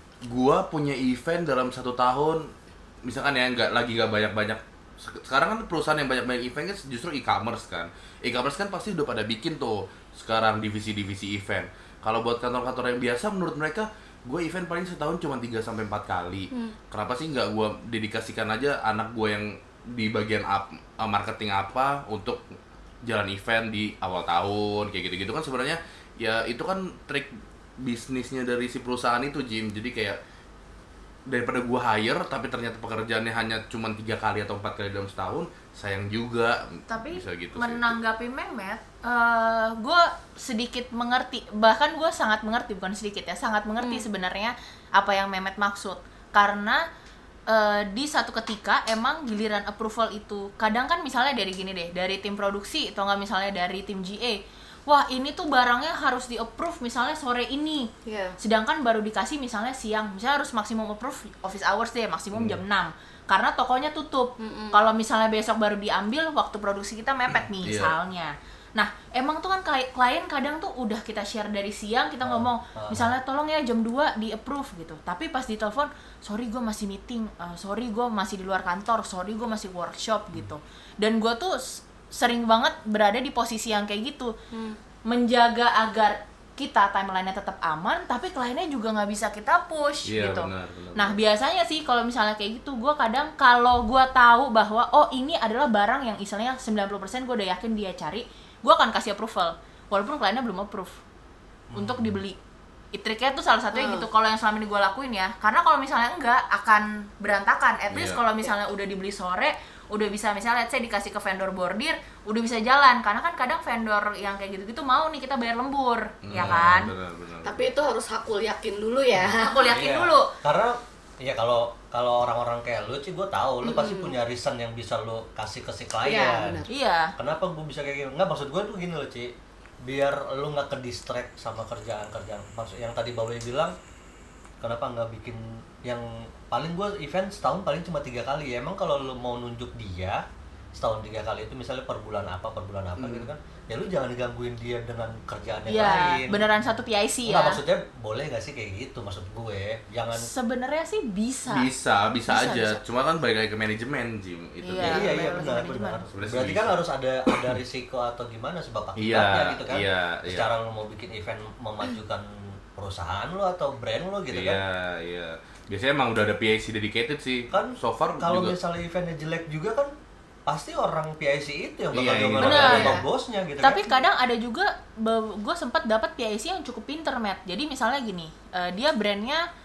gua punya event dalam satu tahun, misalkan ya nggak lagi nggak banyak-banyak. Sekarang kan perusahaan yang banyak-banyak event kan justru e-commerce kan. E-commerce kan pasti udah pada bikin tuh sekarang divisi-divisi event. Kalau buat kantor-kantor yang biasa menurut mereka, gue event paling setahun cuma tiga sampai empat kali. Hmm. Kenapa sih nggak gue dedikasikan aja anak gue yang di bagian up, marketing apa untuk jalan event di awal tahun kayak gitu-gitu kan sebenarnya ya itu kan trik bisnisnya dari si perusahaan itu Jim. Jadi kayak daripada gue hire tapi ternyata pekerjaannya hanya cuma tiga kali atau empat kali dalam setahun, sayang juga. Tapi bisa gitu sih. menanggapi Mehmet, eh gue sedikit mengerti, bahkan gue sangat mengerti, bukan sedikit ya, sangat mengerti Hmm. sebenarnya apa yang Mehmet maksud. Karena eh, di satu ketika emang giliran approval itu, kadang kan misalnya dari gini deh, dari tim produksi atau nggak misalnya dari tim G A, wah ini tuh barangnya harus di approve misalnya sore ini. Iya. Sedangkan baru dikasih misalnya siang, misalnya harus maksimum approve office hours deh, maksimum Hmm. jam enam. Karena tokonya tutup. Mm-mm. Kalau misalnya besok baru diambil, waktu produksi kita mepet nih, Iya. misalnya. Nah, emang tuh kan kli- klien kadang tuh udah kita share dari siang, kita ngomong, ah. misalnya tolong ya jam dua di approve gitu. Tapi pas ditelepon, sorry gue masih meeting, uh, sorry gue masih di luar kantor, sorry gue masih workshop gitu. Dan gue tuh s- sering banget berada di posisi yang kayak gitu. Hmm. Menjaga agar kita timeline-nya tetap aman, tapi kliennya juga nggak bisa kita push Iya, gitu. benar, benar, Nah benar. biasanya sih kalau misalnya kayak gitu, gue kadang kalau gue tahu bahwa oh ini adalah barang yang istilahnya sembilan puluh persen gue udah yakin dia cari, gue akan kasih approval, walaupun kliennya belum approve untuk dibeli. Triknya tuh salah satunya Hmm. gitu. Kalau yang selama ini gue lakuin ya, karena kalau misalnya enggak akan berantakan. At least Iya. kalau misalnya udah dibeli sore, udah bisa misalnya let's say dikasih ke vendor bordir, udah bisa jalan. Karena kan kadang vendor yang kayak gitu-gitu mau nih kita bayar lembur, ya Hmm, kan? benar, benar. Tapi itu harus hakul yakin dulu ya. Aku yakin Iya. dulu. Karena ya kalau kalau orang-orang kayak lu sih gue tahu lu pasti Mm-mm. punya reason yang bisa lu kasih ke si Iya, klien. benar. Iya. Kenapa gue bisa kayak gini? Nggak, maksud gue tuh gini loh Ci, biar lu nggak ke distract sama kerjaan-kerjaan. Maksud yang tadi Bawi bilang, kenapa nggak bikin yang paling gue event setahun paling cuma tiga kali ya. Emang kalau lu mau nunjuk dia setahun tiga kali itu misalnya per bulan apa per bulan apa Hmm. gitu kan, ya lu jangan digangguin dia dengan kerjaan yang Iya, lain. beneran satu P I C Nggak, ya. maksudnya boleh nggak sih kayak gitu, maksud gue jangan. Sebenarnya sih bisa. Bisa, bisa, Bisa, aja. bisa. Cuma kan balik lagi ke manajemen, Jim. Itu Iya, dia. Iya iya bayar benar manajemen. benar. Sebenarnya Berarti sih kan bisa. harus ada ada risiko atau gimana sebab akibatnya Iya, gitu kan. iya, Secara lo mau bikin event memajukan perusahaan lo atau brand lo gitu Iya, kan. iya. Biasanya emang udah ada P I C dedicated sih. Kan so far kalau juga. misalnya eventnya jelek juga kan pasti orang P I C itu yang bakal Iya, diomelin benar. sama bosnya gitu Tapi kan. kadang ada juga, gue sempat dapat P I C yang cukup pinter, Matt. Jadi misalnya gini, eh, dia brandnya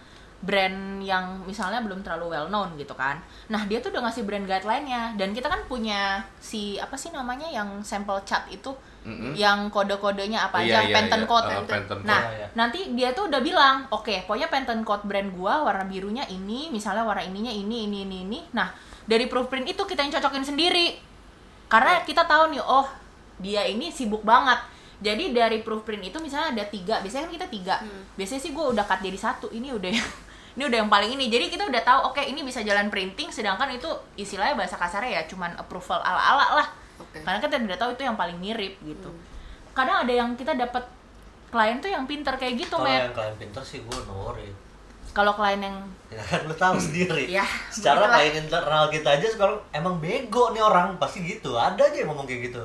brand yang misalnya belum terlalu well known gitu kan. Nah, dia tuh udah ngasih brand guideline-nya dan kita kan punya si apa sih namanya yang sampel chart itu mm-hmm. yang kode-kodenya apa aja, iya, iya, Pantone iya. code. Uh, Pantone nah, code. nanti dia tuh udah bilang, "Oke, okay, pokoknya Pantone code brand gua warna birunya ini, misalnya warna ininya ini ini ini ini." Nah, dari proofprint itu kita yang cocokin sendiri. Karena kita tahu nih, oh, dia ini sibuk banget. Jadi dari proofprint itu misalnya ada tiga, biasanya kan kita tiga. Hmm. Biasanya sih gue udah cut jadi satu, ini udah yang ini udah yang paling ini. Jadi kita udah tahu, oke okay, ini bisa jalan printing, sedangkan itu istilahnya bahasa kasarnya ya cuman approval ala-ala lah. Okay. Karena kita udah tahu itu yang paling mirip gitu. Hmm. Kadang ada yang kita dapat klien tuh yang pinter kayak gitu, Kalau Matt. yang klien pinter sih gue no worry. Kalau klien yang ya kan lu tahu sendiri. ya, secara klien internal kita aja sekarang emang bego nih orang, pasti gitu. Ada aja yang ngomong kayak gitu.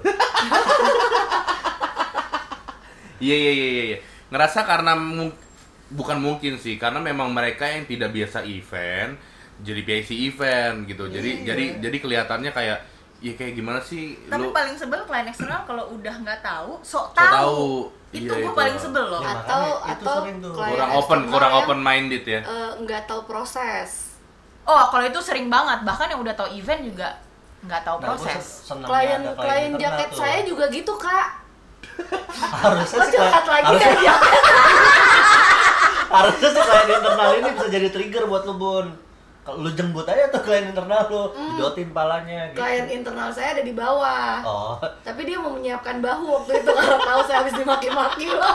Iya iya iya iya. Ngerasa karena mu- bukan mungkin sih, karena memang mereka yang tidak biasa event jadi P I C event gitu. Jadi iya. jadi jadi kelihatannya kayak ya kayak gimana sih tapi lu paling sebel klien eksternal kalau udah nggak tahu, sok so tahu. tahu. Itu Iya, gue itu. paling sebel loh. Ya, atau makanya itu atau sering tuh. klien Kurang open, eksternal kurang yang, open minded ya. eh, nggak tahu proses. Oh, kalau itu sering banget. Bahkan yang udah tahu event juga nggak tahu Nah, gua proses. se- senangnya Klien ada klien internal jaket tuh. saya juga gitu, Kak. harusnya Lo sih curhat klien- lagi harusnya, dari jaket. harusnya sih klien internal ini bisa jadi trigger buat lu, Bun. Kalau lu jembut aja tuh klien internal lu, Hmm. didotin palanya gitu. Klien internal saya ada di bawah. Oh. Tapi dia mau menyiapkan bahu waktu itu karena tahu saya habis dimaki-maki loh.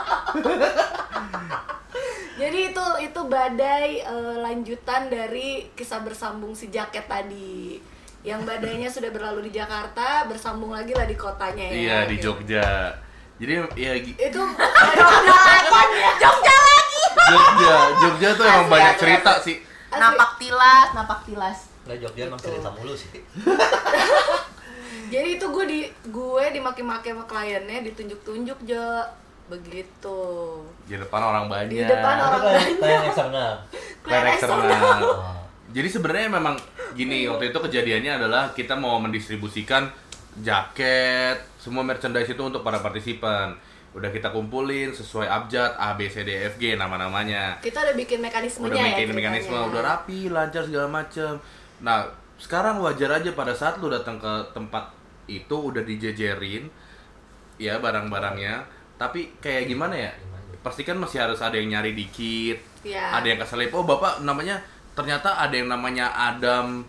Jadi itu itu badai eh, lanjutan dari kisah bersambung si jaket tadi. Yang badainya sudah berlalu di Jakarta, bersambung lagi lah di kotanya ya. Iya di Gitu. Jogja. Jadi ya gi- Itu Jogja lagi. Jogja lagi. Jogja, Jogja tuh emang Asli, banyak asli, cerita asli. sih. Asli. Napak tilas, napak tilas. Nggak, Jogja emang Gitu. cerita mulu sih. Jadi itu gue di gue dimaki-maki sama kliennya, ditunjuk-tunjuk Jo. Begitu. Di depan orang banyak. Di depan orang Itu klien- banyak. klien eksternal. Klien eksternal. Oh. Jadi sebenarnya memang gini, waktu itu kejadiannya adalah kita mau mendistribusikan jaket, semua merchandise itu untuk para partisipan. Udah kita kumpulin sesuai abjad A B C D F G nama-namanya. Kita udah bikin mekanismenya Udah ya. bikin ceritanya. mekanisme, udah rapi, lancar segala macem. Nah, sekarang wajar aja pada saat lu datang ke tempat itu udah dijejerin ya barang-barangnya, tapi kayak gimana ya? Pasti kan masih harus ada yang nyari dikit. Iya. Ada yang keselip, oh Bapak namanya ternyata ada yang namanya Adam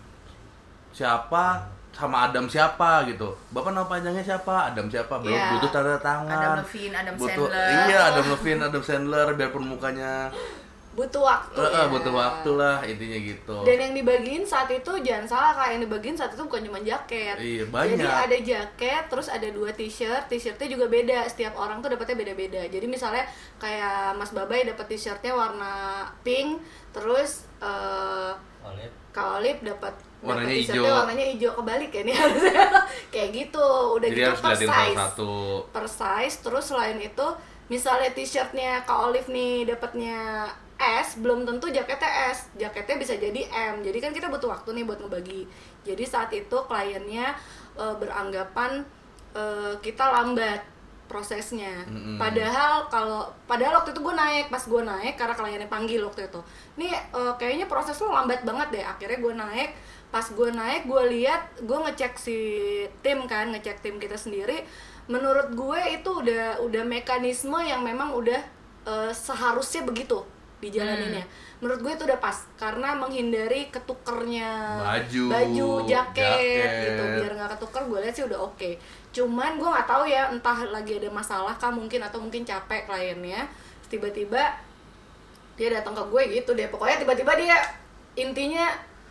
siapa sama Adam siapa gitu. Bapak nama panjangnya siapa? Adam siapa? Belum Iya. butuh tanda tangan. Adam Levine, Adam butuh, Sandler. Iya, Adam Levine, Adam Sandler biarpun mukanya Butuh waktu. eh, eh, ya. butuh waktu lah intinya gitu. Dan yang dibagiin saat itu jangan salah Kak, yang dibagiin saat itu bukan cuma jaket. Iya, banyak. Jadi ada jaket, terus ada dua t-shirt, t-shirtnya juga beda. Setiap orang tuh dapatnya beda-beda. Jadi misalnya kayak Mas Babai dapat t-shirtnya warna pink, terus eh Olip. Kak Olip dapat Warnanya dapat t-shirtnya hijau. warnanya hijau, kebalik ya nih harusnya. Kayak gitu. Udah Jadi gitu harus per liatin size. satu-satu. Per size, terus selain itu misalnya t-shirtnya Kak Olive nih dapatnya S, belum tentu jaketnya S, jaketnya bisa jadi M. Jadi kan kita butuh waktu nih buat ngebagi. Jadi saat itu kliennya e, beranggapan e, kita lambat prosesnya. Mm-mm. Padahal kalau padahal waktu itu gue naik, pas gue naik karena kliennya panggil waktu itu. Nih e, kayaknya proses lo lambat banget deh. Akhirnya gue naik, pas gue naik gue lihat, gue ngecek si tim kan, ngecek tim kita sendiri. Menurut gue itu udah udah mekanisme yang memang udah e, seharusnya begitu dijalaninnya. Hmm. Menurut gue itu udah pas karena menghindari ketukernya Baju, baju jaket, jaket. gitu biar nggak ketuker. Gue lihat sih udah oke. Cuman gue nggak tahu ya, entah lagi ada masalah kah mungkin, atau mungkin capek kliennya. Tiba-tiba dia datang ke gue gitu deh. Pokoknya tiba-tiba dia intinya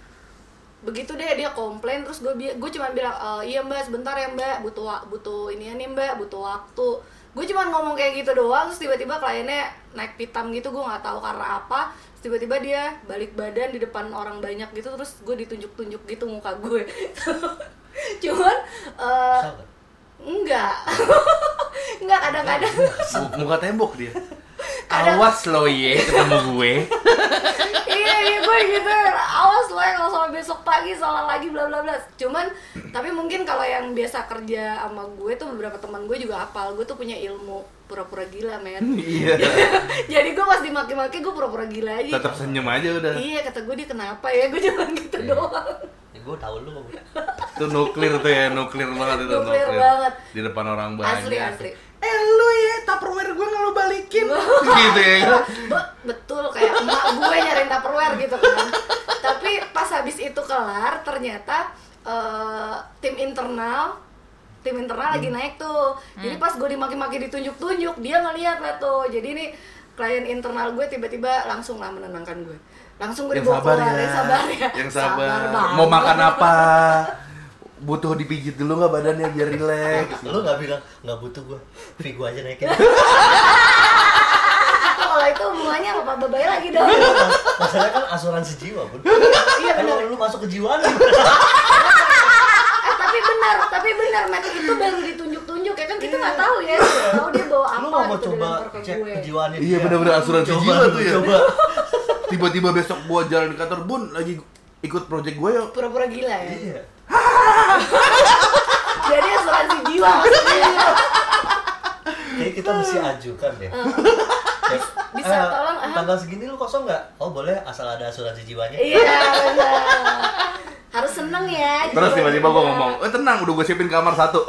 begitu deh, dia komplain. Terus gue gue cuma bilang e, iya mbak sebentar ya mbak, butuh butuh ini nih mbak, butuh waktu. Gue cuma ngomong kayak gitu doang. Terus tiba-tiba kliennya naik pitam gitu, gue nggak tahu karena apa. Terus tiba-tiba dia balik badan di depan orang banyak gitu. Terus gue ditunjuk-tunjuk gitu muka gue. Cuman uh, enggak enggak kadang-kadang M- muka tembok dia. Kadang- Awas lo ye ketemu gue. iya iya gue gitu, awas lo ya kalau sampai besok pagi salah lagi bla bla bla. Cuman tapi mungkin kalau yang biasa kerja sama gue tuh beberapa teman gue juga hafal, gue tuh punya ilmu pura-pura gila men. Iya. Jadi gue pas dimaki-maki gue pura-pura gila aja. Tetap senyum aja udah. Iya, kata gue dia kenapa ya, gue cuma gitu Iya. doang. Ya, gue tahu lu. Itu nuklir tuh ya, nuklir banget itu Nuklir banget. Di depan orang banyak. Asli asli. Eh lu ya, Tupperware gue nggak lu balikin. Gitu ya. Be- betul kayak emak gue nyariin Tupperware gitu kan. Tapi pas habis itu kelar ternyata eh, tim internal tim internal lagi naik tuh. Jadi pas gue dimaki-maki ditunjuk-tunjuk, dia ngeliat lah tuh. Jadi ini klien internal gue tiba-tiba langsung lah menenangkan gue. Langsung gue Yang dibawa sabar keluar, ya. yang sabar ya. Yang sabar. banget. Mau makan apa? Butuh dipijit dulu nggak badannya biar rileks. Lu nggak bilang nggak butuh gue, fee gue aja naikin. Kalau itu hubungannya sama Pak Babai lagi dong. Masalahnya kan asuransi jiwa, Bun. Iya benar. Kalau lu masuk kejiwaan, Eh tapi benar, tapi benar Matt itu baru ditunjuk-tunjuk ya kan kita nggak tahu ya. Tahu dia bawa apa lu nggak mau gitu coba dilempar ke cek gue. kejiwaannya Iya, dia. bener-bener asuransi Coba, jiwa tuh ya. Coba. Tiba-tiba besok gua jalan di kantor, Bun, lagi ikut project gue yuk. Pura-pura gila ya. Iya. Jadi asuransi jiwa maksudnya. Kayak kita mesti ajukan deh. Kayak, Bisa "Eh, tolong, ah." tanggal segini lu kosong nggak? Oh boleh, asal ada asuransi jiwanya. Iya benar. Harus seneng ya. Terus jiwa tiba-tiba juga. gua ngomong, eh tenang, udah gue siapin kamar satu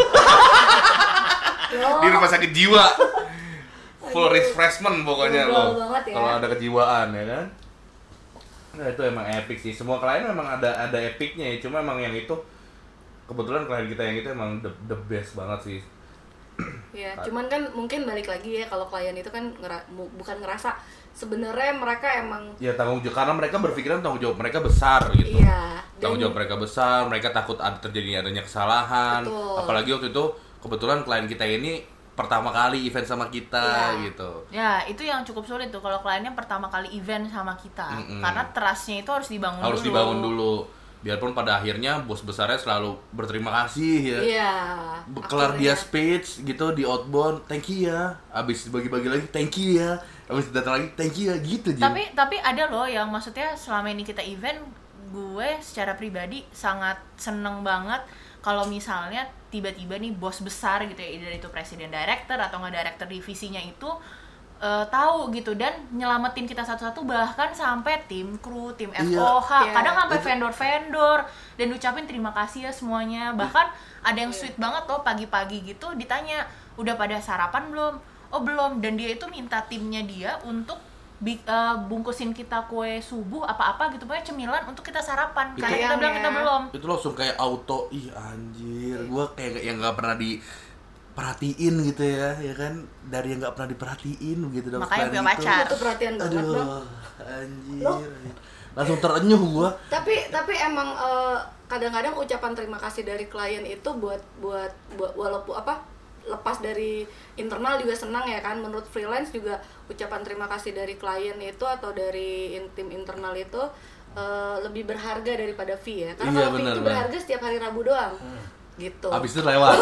Loh. di rumah sakit jiwa. Full refreshment pokoknya Ngobrol lo. banget ya. Kalau ada kejiwaan ya kan. Nah itu emang epic sih. Semua klien memang ada ada epicnya ya. Cuma emang yang itu kebetulan klien kita yang itu emang the, the best banget sih. Ya, cuman kan mungkin balik lagi ya kalau klien itu kan ngera- mu- bukan ngerasa sebenarnya mereka emang Ya tanggung jawab karena mereka berpikiran tanggung jawab mereka besar gitu. iya Tanggung dan- jawab mereka besar, mereka takut ada terjadi adanya kesalahan. Betul. Apalagi waktu itu kebetulan klien kita ini pertama kali event sama kita Iya. gitu. Ya, itu yang cukup sulit tuh kalau kliennya pertama kali event sama kita. Mm-mm. Karena trust-nya itu harus dibangun Harus dulu. dibangun dulu. Biarpun pada akhirnya bos besarnya selalu berterima kasih ya. iya Kelar dia akhirnya. speech gitu di outbound, thank you ya. Abis bagi-bagi lagi, thank you ya. Abis datang lagi, thank you ya, gitu Jim. Tapi tapi ada loh yang maksudnya selama ini kita event, gue secara pribadi sangat seneng banget kalau misalnya tiba-tiba nih bos besar gitu ya, either itu presiden director atau nggak director divisinya itu eh, tahu gitu dan nyelamatin kita satu-satu, bahkan sampai tim kru, tim F O H, Iya. kadang sampai Itu- vendor-vendor dan ucapin terima kasih ya semuanya. Bahkan ada yang sweet banget loh, pagi-pagi gitu ditanya udah pada sarapan belum? Oh belum, dan dia itu minta timnya dia untuk bi- eh, bungkusin kita kue subuh apa-apa gitu, pokoknya cemilan untuk kita sarapan karena kita Sayang bilang ya. kita belum. Itu langsung kayak auto, ih anjir, gua kayak yang nggak pernah diperhatiin gitu ya, ya kan, dari yang nggak pernah diperhatiin gitu. dapet Makanya klien punya itu. pacar. Itu perhatian banget bang. Aduh, anjir, langsung terenyuh gua. Tapi tapi emang eh, kadang-kadang ucapan terima kasih dari klien itu buat buat buat walaupun apa lepas dari internal juga senang ya kan. Menurut freelance juga ucapan terima kasih dari klien itu atau dari in- tim internal itu eh, lebih berharga daripada fee ya. Karena Iya, kalau fee benar, itu benar. berharga setiap hari Rabu doang. Gitu. Abis itu lewat.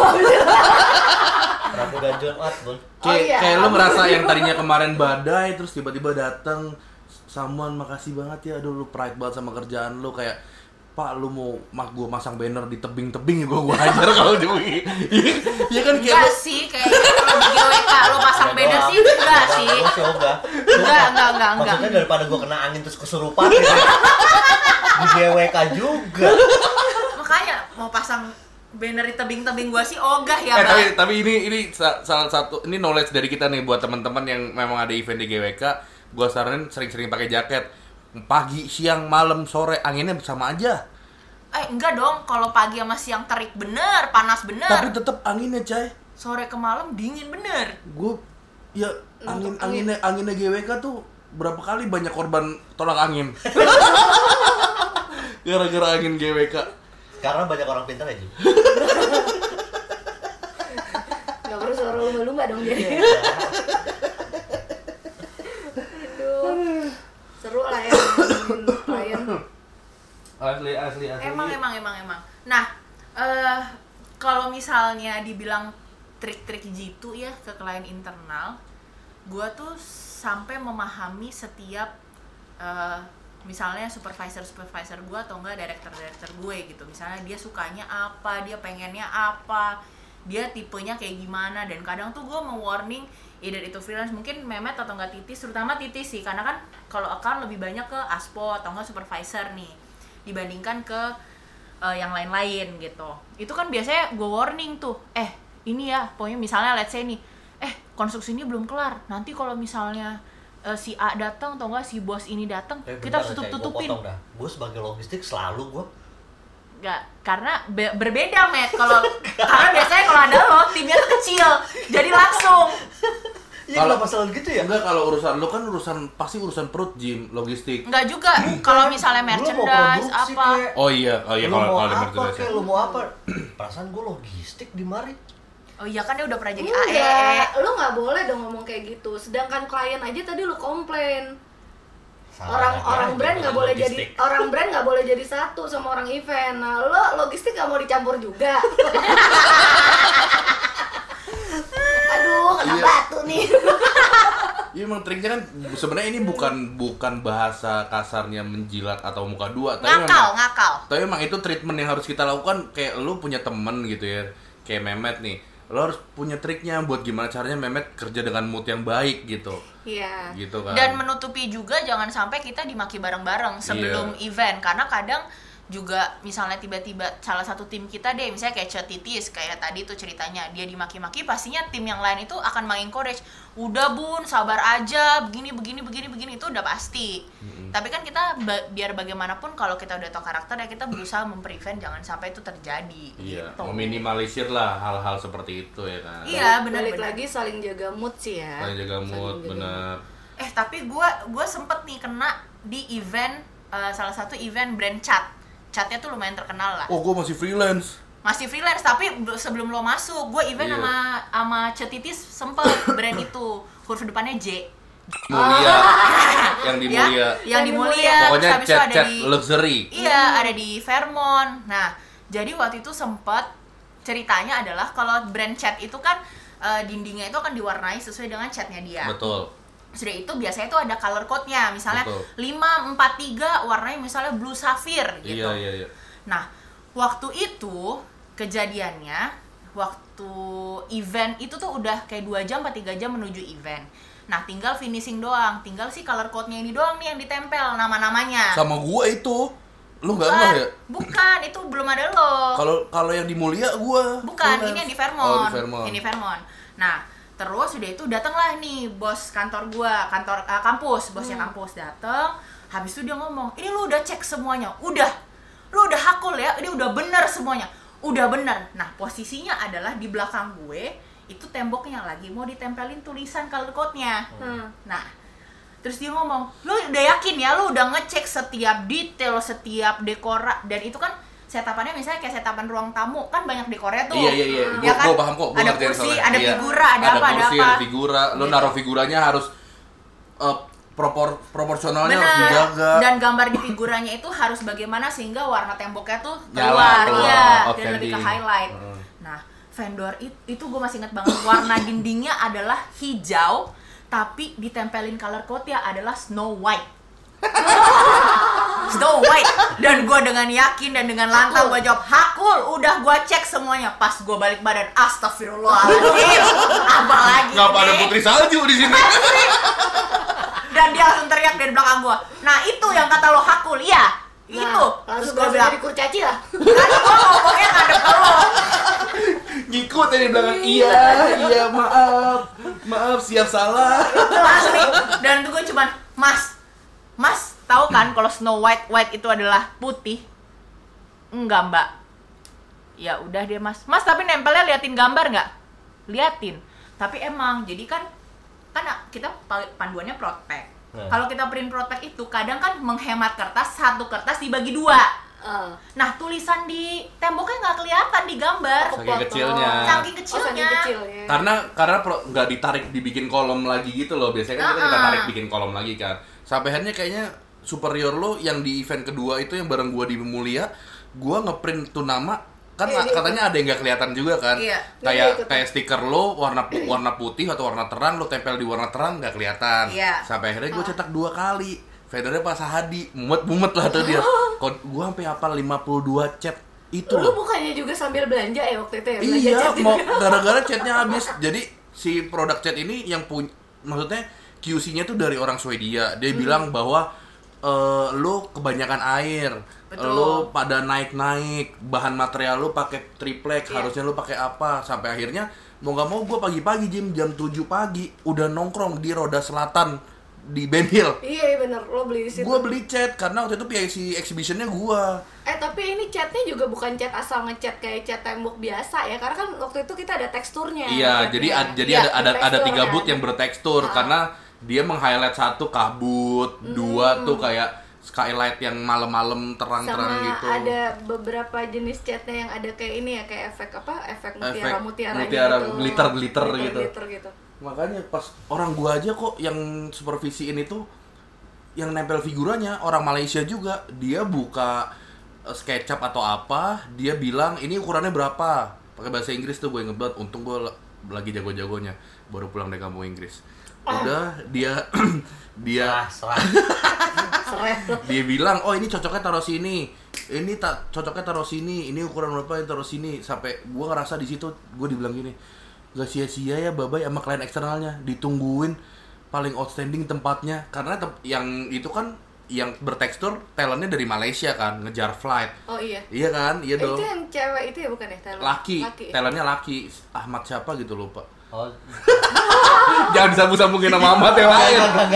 Rabu dan Jumat, Bun. Oh, Kayak iya. kayak lu ngerasa yang tadinya kemarin badai terus tiba-tiba datang, Samuan makasih banget ya, aduh lu pride banget sama kerjaan lu, kayak Pak lu mau mak gua masang banner di tebing-tebing ya gua gua hajar kalau jauhi. Iya kan kayak Enggak lu- sih, kayaknya kalau di G W K lo pasang beda sih, enggak sih. Gue sih ogah. Enggak, enggak, enggak, enggak. Maksudnya daripada gue kena angin terus kesurupan gitu. Di G W K juga. Makanya mau pasang banner di tebing-tebing gua sih ogah ya, eh, tapi Bang. tapi ini ini sa- salah satu ini knowledge dari kita nih buat teman-teman yang memang ada event di G W K. Gua saranin sering-sering pakai jaket. Pagi, siang, malam, sore anginnya sama aja. Eh, enggak dong, kalau pagi sama siang terik bener, panas bener. Tapi tetap anginnya, Cai. Sore ke malam dingin bener. Gue ya angin Untuk angin. anginnya anginnya G W K tuh berapa kali banyak korban tolak angin. Gara-gara angin G W K. Karena banyak orang pintar aja. Gak perlu suara lumba-lumba dong jadi. Aduh. Seru lah ya ngomongin klien. Asli asli asli. Emang, emang, emang, emang. Nah, eh kalau misalnya dibilang trik-trik jitu ya ke klien internal, gua tuh sampai memahami setiap eh, misalnya supervisor supervisor gue atau enggak director director gue gitu, misalnya dia sukanya apa, dia pengennya apa, dia tipenya kayak gimana. Dan kadang tuh gue mau warning either itu freelance, mungkin Mehmet atau enggak Titis, terutama Titis sih, karena kan kalau account lebih banyak ke aspo atau enggak supervisor nih dibandingkan ke uh, yang lain-lain gitu. Itu kan biasanya gue warning tuh, eh ini ya pokoknya misalnya let's say nih, eh konstruksi ini belum kelar, nanti kalau misalnya uh, si A datang atau enggak si bos ini datang, Eh, kita bentar, harus Cai, gua tutup-tutupin. potong dah. Gue sebagai logistik selalu gue Enggak, karena be- berbeda Matt. Kalau karena biasanya kalau ada lo timnya tuh kecil, jadi langsung. Iya, Kalau- kenapa selalu gitu ya? Enggak, kalau urusan lu kan urusan pasti urusan perut, Jim, logistik. Enggak juga. Kalau misalnya Lu mau merchandise produksi, apa. kek. Oh iya, oh iya Lu kalau mau kalau ada apa merchandise. kek, lu mau apa? Perasaan gue logistik di mari. Oh iya kan dia udah pernah jadi A E. Enggak, lu nggak boleh dong ngomong kayak gitu. Sedangkan klien aja tadi lu komplain. Salah orang lagi orang aja, brand bukan nggak boleh jadi logistik. orang brand nggak boleh jadi satu sama orang event. Nah, lo logistik nggak mau dicampur juga. Aduh, kena Iya. batu nih. Iya emang triknya kan sebenarnya ini bukan bukan bahasa kasarnya menjilat atau muka dua, tapi Ngakal, memang ngakal. tapi memang itu treatment yang harus kita lakukan. Kayak lu punya temen gitu ya, kayak Mehmet nih, lo harus punya triknya buat gimana caranya Mehmet kerja dengan mood yang baik gitu. Iya. Gitu kan. Dan menutupi juga jangan sampai kita dimaki bareng-bareng sebelum Iya. event, karena kadang juga misalnya tiba-tiba salah satu tim kita deh, misalnya kayak Cetitis kayak tadi tuh ceritanya, dia dimaki-maki, pastinya tim yang lain itu akan mengencourage, udah bun sabar aja, begini begini begini begini, itu udah pasti. Mm-hmm. Tapi kan kita ba- biar bagaimanapun kalau kita udah tahu karakter ya kita berusaha memprevent jangan sampai itu terjadi. Iya, gitu. meminimalisir lah hal-hal seperti itu ya kan. Iya Balik benar-benar. lagi saling jaga mood sih ya. Saling jaga Saling mood, jaga bener. Eh tapi gue gue sempet nih kena di event uh, salah satu event brand cat. Catnya tuh lumayan terkenal lah. Oh, gue masih freelance. Masih freelance tapi be- sebelum lo masuk, gue event Iya. sama sama Cetitis sempet brand itu huruf depannya J. Mulia. Yang di Ya, Mulia. yang di Mulia. Pokoknya Terus habis itu ada cat-cat di luxury. Iya, ada di Fairmont. Nah, jadi waktu itu sempet ceritanya adalah kalau brand cat itu kan uh, dindingnya itu akan diwarnai sesuai dengan catnya dia. Betul. Sudah itu biasanya itu ada color code-nya, misalnya Betul. lima empat tiga warnanya misalnya blue sapphire gitu. Iya, iya, iya. Nah, waktu itu kejadiannya waktu event itu tuh udah kayak dua jam atau tiga jam menuju event. Nah, tinggal finishing doang, tinggal si color code-nya ini doang nih yang ditempel nama-namanya. Sama gua itu. Lu enggak Bukan, enggak ya? bukan, itu belum ada lo. Kalau kalau yang di Mulia gua. Bukan, freelance. ini yang di Fairmont. Oh, di Fairmont. Ini Fairmont. Nah, terus udah itu datanglah nih bos kantor gua, kantor uh, kampus, bosnya Hmm. kampus datang. Habis itu dia ngomong, "Ini lu udah cek semuanya?" "Udah." "Lu udah hakul ya? Ini udah bener semuanya." "Udah bener." Nah, posisinya adalah di belakang gue, itu temboknya lagi mau ditempelin tulisan color code-nya. Hmm. Nah, terus dia ngomong, "Lu udah yakin ya? Lu udah ngecek setiap detail, setiap dekora." Dan itu kan setapannya misalnya kayak setapan ruang tamu, kan banyak dekornya tuh. Iya, iya, iya. Ya Gua, kan? gua paham kok. Gua Ada ngerti yang kursi, soalnya. ada Iya. figura, ada, apa, kursi, ada apa. ada figura. Lu Gitu. naruh figuranya harus uh, propor proporsionalnya harus Benar. dijaga. Dan gambar di figuranya itu harus bagaimana sehingga warna temboknya tuh Nyala, keluar, keluar, iya, dan outstanding. lebih ke highlight. Hmm. Nah, vendor itu, itu gue masih inget banget warna dindingnya adalah hijau, tapi ditempelin color code-nya adalah Snow White. Snow White. Dan gue dengan yakin dan dengan lantang gue jawab, "Hakul, udah gue cek semuanya." Pas gue balik badan, astagfirullahaladzim, apa lagi Ngapa ada nih? putri salju di sini? Dan dia langsung teriak dari belakang gue, "Nah itu yang kata lo hakul, iya." Nah, Itu. Terus langsung gue gue bilang, jadi kurcaci lah. kan gue ngomongnya ngadep ke lo. Ngikut ya di belakang. Iya, iya, maaf. Maaf, siap salah. Itu asli. Dan tuh gue cuman, "Mas, Mas, tahu kan kalau Snow White, white itu adalah putih?" "Enggak, Mbak." "Ya udah deh, Mas. Mas, tapi nempelnya liatin gambar nggak?" "Liatin." Tapi emang, jadi kan kan kita pa- panduannya prospek. Nah. Kalau kita print prospek itu kadang kan menghemat kertas, satu kertas dibagi dua. Eh, Nah, tulisan di temboknya nggak kelihatan di gambar. Saking kepotong. kecilnya. Saking Oh, kecilnya. saking kecilnya. Karena karena pro- nggak ditarik dibikin kolom lagi gitu loh. Biasanya kan kita kita Uh-uh. tarik bikin kolom lagi kan. Sampai akhirnya kayaknya superior lo yang di event kedua itu yang bareng gua di Mulia, gua ngeprint tuh nama kan Iya, dia katanya ada yang nggak kelihatan juga kan. Iya. Dia Kayak ikut. kayak stiker lo warna pu- warna putih atau warna terang lo tempel di warna terang nggak kelihatan. Iya. Sampai akhirnya gua cetak dua kali. vendornya Pak Sahadi, mumet-mumet lah tuh dia. Kok gua sampai hafal lima puluh dua chat itu Lu loh. bukannya juga sambil belanja ya waktu itu ya? Belanja Iya, chat mau juga. gara-gara chatnya habis. Jadi si produk chat ini yang punya, maksudnya Q C-nya tuh dari orang Swedia. Dia hmm. bilang bahwa uh, lu kebanyakan air, Betul. lu pada naik-naik, bahan material lu pakai triplek, Iya. harusnya lu pakai apa? Sampai akhirnya mau nggak mau gue pagi-pagi Jim jam tujuh pagi udah nongkrong di Roda Selatan di Ben Hill. Iya bener, lo beli di situ. Gue beli chat karena waktu itu P I C exhibitionnya gue. Eh tapi ini catnya juga bukan cat asal ngecat kayak cat tembok biasa ya, karena kan waktu itu kita ada teksturnya. Iya, catnya. jadi ad- jadi Iya, ada ada ada tekstur tiga kan. boot yang bertekstur Ah. karena dia meng-highlight satu kabut, Hmm. dua tuh kayak skylight yang malam-malam terang-terang sama gitu. ada beberapa jenis catnya yang ada kayak ini ya, kayak efek apa? Efek mutiara Efek mutiara, mutiara, gitu. glitter-glitter gitu. Glitter gitu. Makanya pas orang gua aja kok yang supervisiin itu yang nempel figurannya orang Malaysia juga, dia buka uh, SketchUp atau apa, dia bilang ini ukurannya berapa, pakai bahasa Inggris tuh gue inget banget. Untung gue lagi jago-jagonya baru pulang dari kampung Inggris. Udah dia dia Serah, serah. Seret tuh. dia bilang oh ini cocoknya taruh sini, ini tak cocoknya taruh sini, ini ukuran berapa yang taruh sini. Sampai gue ngerasa di situ gue dibilang gini, gak sia-sia ya Babai sama klien eksternalnya, ditungguin paling outstanding tempatnya. Karena tem- yang itu kan yang bertekstur talentnya dari Malaysia kan, ngejar flight. Oh iya. Iya kan, iya Eh, dong. itu yang cewek itu ya bukan ya? Talent? Laki, Laki. ya? talentnya laki, Ahmad siapa gitu lupa. Oh, Jangan disambung-sambungin sama Ahmad yang lain.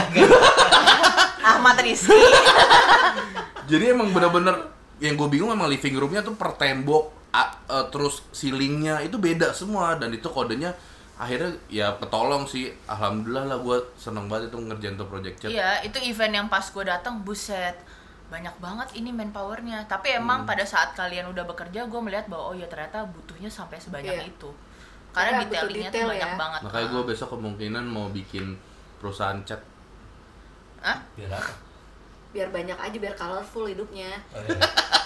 Ahmad Rizky. Jadi emang bener-bener yang gue bingung emang living roomnya tuh per tembok, a- uh, terus ceilingnya itu beda semua, dan itu kodenya akhirnya ya ketolong sih. Alhamdulillah lah, gue seneng banget itu ngerjain tuh project chat. Iya, itu event yang pas gue datang, buset, banyak banget ini manpowernya. Tapi emang Hmm. pada saat kalian udah bekerja, gue melihat bahwa oh ya ternyata butuhnya sampai sebanyak Iya. itu. Karena Karena butuh detailingnya detail tuh banyak ya. banget. Makanya gue besok kemungkinan mau bikin perusahaan chat. Hah? biar apa? Biar banyak aja, biar colorful hidupnya. Oh, iya.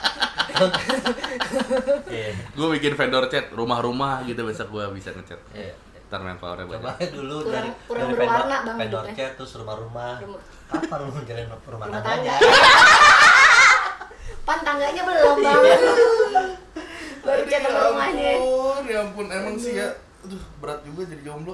Iya. Gue bikin vendor chat rumah-rumah gitu, besok gue bisa ngechat. Iya. Ntar manpowernya Coba banyak. dulu Kurang- dari kurang dari berwarna, vendor- Bang, vendor hidupnya. chat terus rumah-rumah. Rumah- Kapan lu menjalin rumah Rumah tangganya? tangga. Pan tangganya belum bang. Baru cat sama rumahnya. ampun, ya ampun, emang sih ya. Aduh, berat juga jadi jomblo.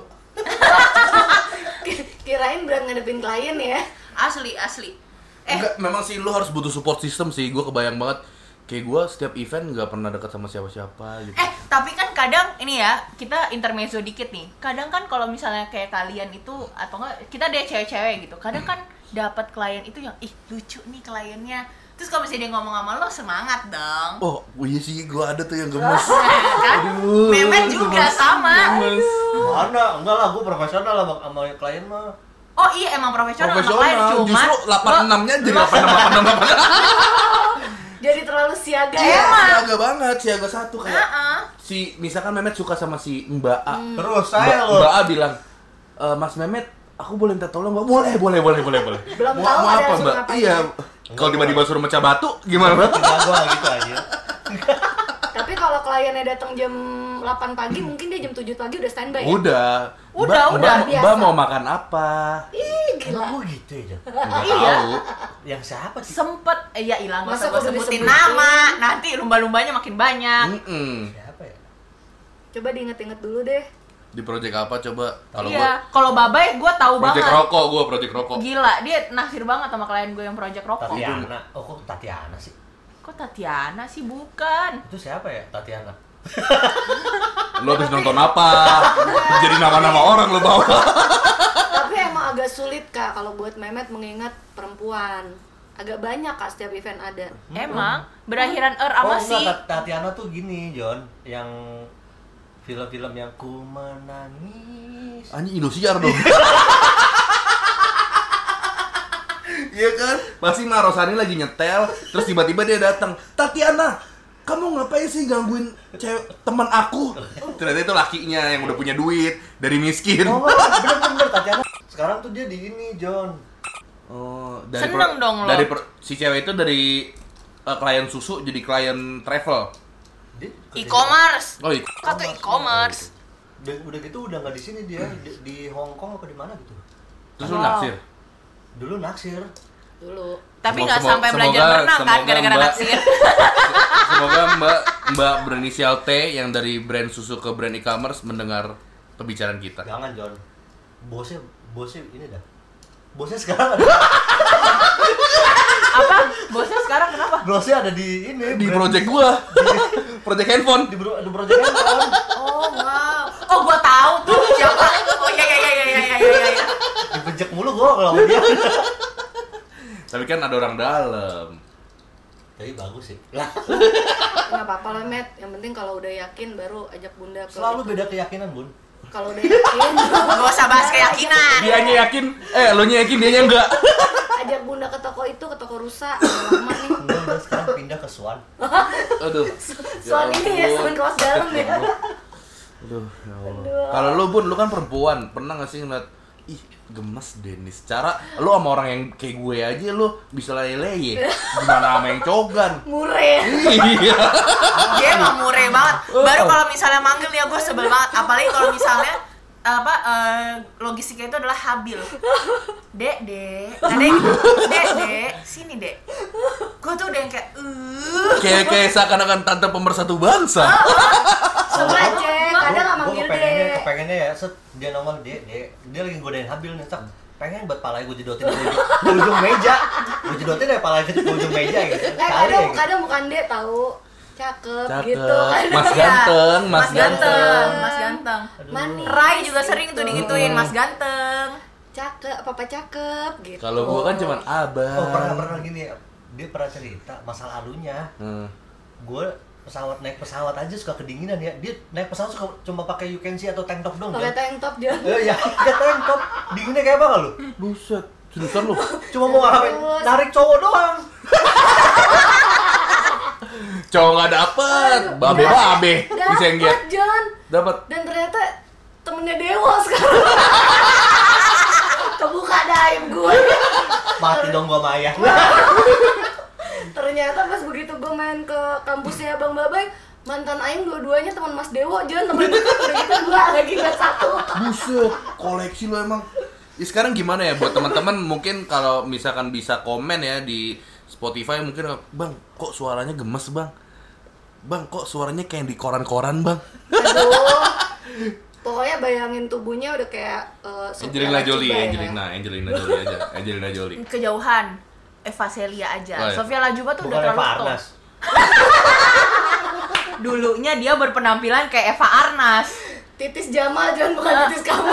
Kirain berat ngadepin klien ya. Asli, asli. Eh, Enggak, memang sih lu harus butuh support system sih. Gue kebayang banget. Kayak gue setiap event nggak pernah dekat sama siapa-siapa gitu. Eh, tapi kan kadang ini ya, kita intermezzo dikit nih. Kadang kan kalau misalnya kayak kalian itu atau enggak kita deh cewek-cewek gitu. Kadang kan dapat klien itu yang ih lucu nih kliennya. Terus kalau misalnya dia ngomong sama lo semangat dong. Oh, iya sih, gue ada tuh yang gemes. Kan? Memet juga gemes, sama. gemes. Mana? Enggak lah, gue profesional lah sama klien mah. Oh iya emang profesional, sama klien Profesional, cuman justru delapan puluh enam-nya jadi delapan puluh enam delapan puluh enam. Jadi terlalu siaga Iya. ya. Siaga banget, siaga satu kayak. Heeh. Si misalkan Memet suka sama si Mbak A. Terus Mbak, saya lo. Mbak A bilang, e, Mas Memet, aku boleh minta tolong nggak? Boleh, boleh, boleh, boleh, boleh. Belum mau, tahu mau ada apa suruh Mbak? ngapain. Iya. Kalau tiba-tiba suruh mecah batu, gimana? Enggak gua gitu aja. Tapi kalau kliennya datang jam delapan pagi, mungkin dia jam tujuh pagi udah standby ya? Udah. Udah, Mbak, udah, Mbak, biasa. Mbak mau makan apa? Ih, gila. Emang gua gitu ya, Jan? Nggak Iya. tahu. Yang siapa sih? Sempet, eh ya hilang Masa masa gue kudu sebutin disebutin? nama. Nanti lumba-lumbanya makin banyak. Mm-mm. Siapa ya? Coba diinget-inget dulu deh. Di project apa coba? Kalau Iya, kalau Babai gue tahu gua project banget. rokok, gua project rokok. Gila, dia naksir banget sama klien gue yang project rokok. Tatiana. Oh, kok Tatiana sih? Kok Tatiana sih? Bukan. Itu siapa ya? Tatiana. Lu habis nonton apa? Jadi nama-nama orang lu bawa. Tapi emang agak sulit kak kalau buat Memet mengingat perempuan. Agak banyak kak setiap event ada. Emang berakhiran er sama Oh, si enggak, Tat- Tatiana tuh gini, John. Yang film-film yang ku menangis. Anjing Indosiar dong. Iya kan? Pasti Marosani lagi nyetel, terus tiba-tiba dia datang. Tatiana, kamu ngapain sih gangguin cewek teman aku? Ternyata itu lakinya yang udah punya duit dari miskin. Oh, bener-bener Tatiana. Sekarang tuh dia di ini, John. Oh, dari Seneng dong lo. Dari per- si cewek itu dari uh, klien susu jadi klien travel. Dia e-commerce. Oh, iya. Kak tuh e-commerce. Udah, udah gitu udah nggak di sini dia di, di Hong Kong apa di mana gitu. Terus lu Wow. naksir. Dulu naksir. dulu. Tapi Semoga- nggak semoga- sampai belajar semoga- berenang kan semoga gara-gara Mbak- naksir. Semoga Mbak Mbak berinisial T yang dari brand susu ke brand e-commerce mendengar pembicaraan kita. Jangan John. Bosnya bosnya ini dah. Bosnya sekarang ada. Apa? Bosnya sekarang kenapa? Bosnya ada di ini Di brand- project gua. Project handphone. di, bro- di project handphone. Oh wow. Oh gua tahu tuh siapa. Oh iya iya iya iya iya iya iya. Ya. Dipejek mulu gua kalau sama dia. Tapi kan ada orang dalam. Tapi bagus sih. Lah, Nggak apa-apa lah, Met. Yang penting kalau udah yakin baru ajak Bunda ke selalu beda keyakinan, Bun. Kalau udah yakin Gak usah bahas keyakinan. Dianya yakin, eh lo nya yakin, dianya enggak. ajak Bunda ke toko itu, ke toko rusa. Udah lama nih. Enggak, udah sekarang pindah ke Swan. Aduh. Soal ini ya, soal kaos dalam ya. Aduh, ya Allah. Kalau lu Bun, lu kan perempuan, pernah gak sih ngeliat ih gemes Dennis. Cara lu sama orang yang kayak gue aja lu bisa lele-leye. Gimana sama yang cogan? Mureh. Iya. Dia emang mureh banget. Baru kalau misalnya manggil ya gue sebel banget. Apalagi kalau misalnya apa eh, logistiknya itu adalah habil. Dek, dek, nah, dek, dek, dek, sini dek. Gue tuh udah yang kayak, uh, Kayak kayak seakan-akan tante pemersatu bangsa. Sengaja, kadang nggak Gue manggil kepengennya, deh. kepengennya ya, set dia nongol dia, dia, dia lagi godain Habil nih, tak pengen buat palanya gue jedotin dari di ujung meja, gue jedotin dari palanya ke ujung meja gitu. Eh Kali kadang ya, gitu. kadang bukan deh tahu cakep, Cakep. gitu kan. Mas Iya. ganteng, mas Mas ganteng, ganteng. Mas ganteng. Manis. Rai juga sering tuh digituin, Mas ganteng. Cakep, papa cakep gitu. Kalau gua kan cuman abang. Oh pernah pernah gini ya, dia pernah cerita masa lalunya, Hmm. gue pesawat naik pesawat aja suka kedinginan ya, dia naik pesawat suka cuma pakai you can see atau tank top dong Pakai ya. tank top dia. Eh ya, dia tank top, dinginnya kayak apa nggak lu? Buset, seriusan lu? Cuma mau ngapain? Narik cowok doang. Cowok nggak dapet, babe babe disengget. Dapat John. Dapat. Dan ternyata temennya Dewa sekarang. Kebuka daim gue. Mati dong gua Maya. Ternyata pas begitu gue main ke kampusnya Bang Babai, mantan Aing dua-duanya teman Mas Dewo, John temen gue. Udah gitu dua lagi nggak satu. Buset, koleksi lo emang. Ya, sekarang gimana ya buat teman-teman mungkin kalau misalkan bisa komen ya di Spotify mungkin, Bang, kok suaranya gemes, Bang? Bang, kok suaranya kayak di koran-koran, Bang? Aduh. Pokoknya bayangin tubuhnya udah kayak uh, Sophia Angelina Jolie, Lajuba ya. Angelina, Angelina Jolie aja, Angelina Jolie. Kejauhan. Eva Celia aja. Oh, iya. Sofia Lajuba tuh Bukan udah Eva terlalu tua. Arnas. Dulunya dia berpenampilan kayak Eva Arnas. Titis Jamal, John, bukan titis kamu.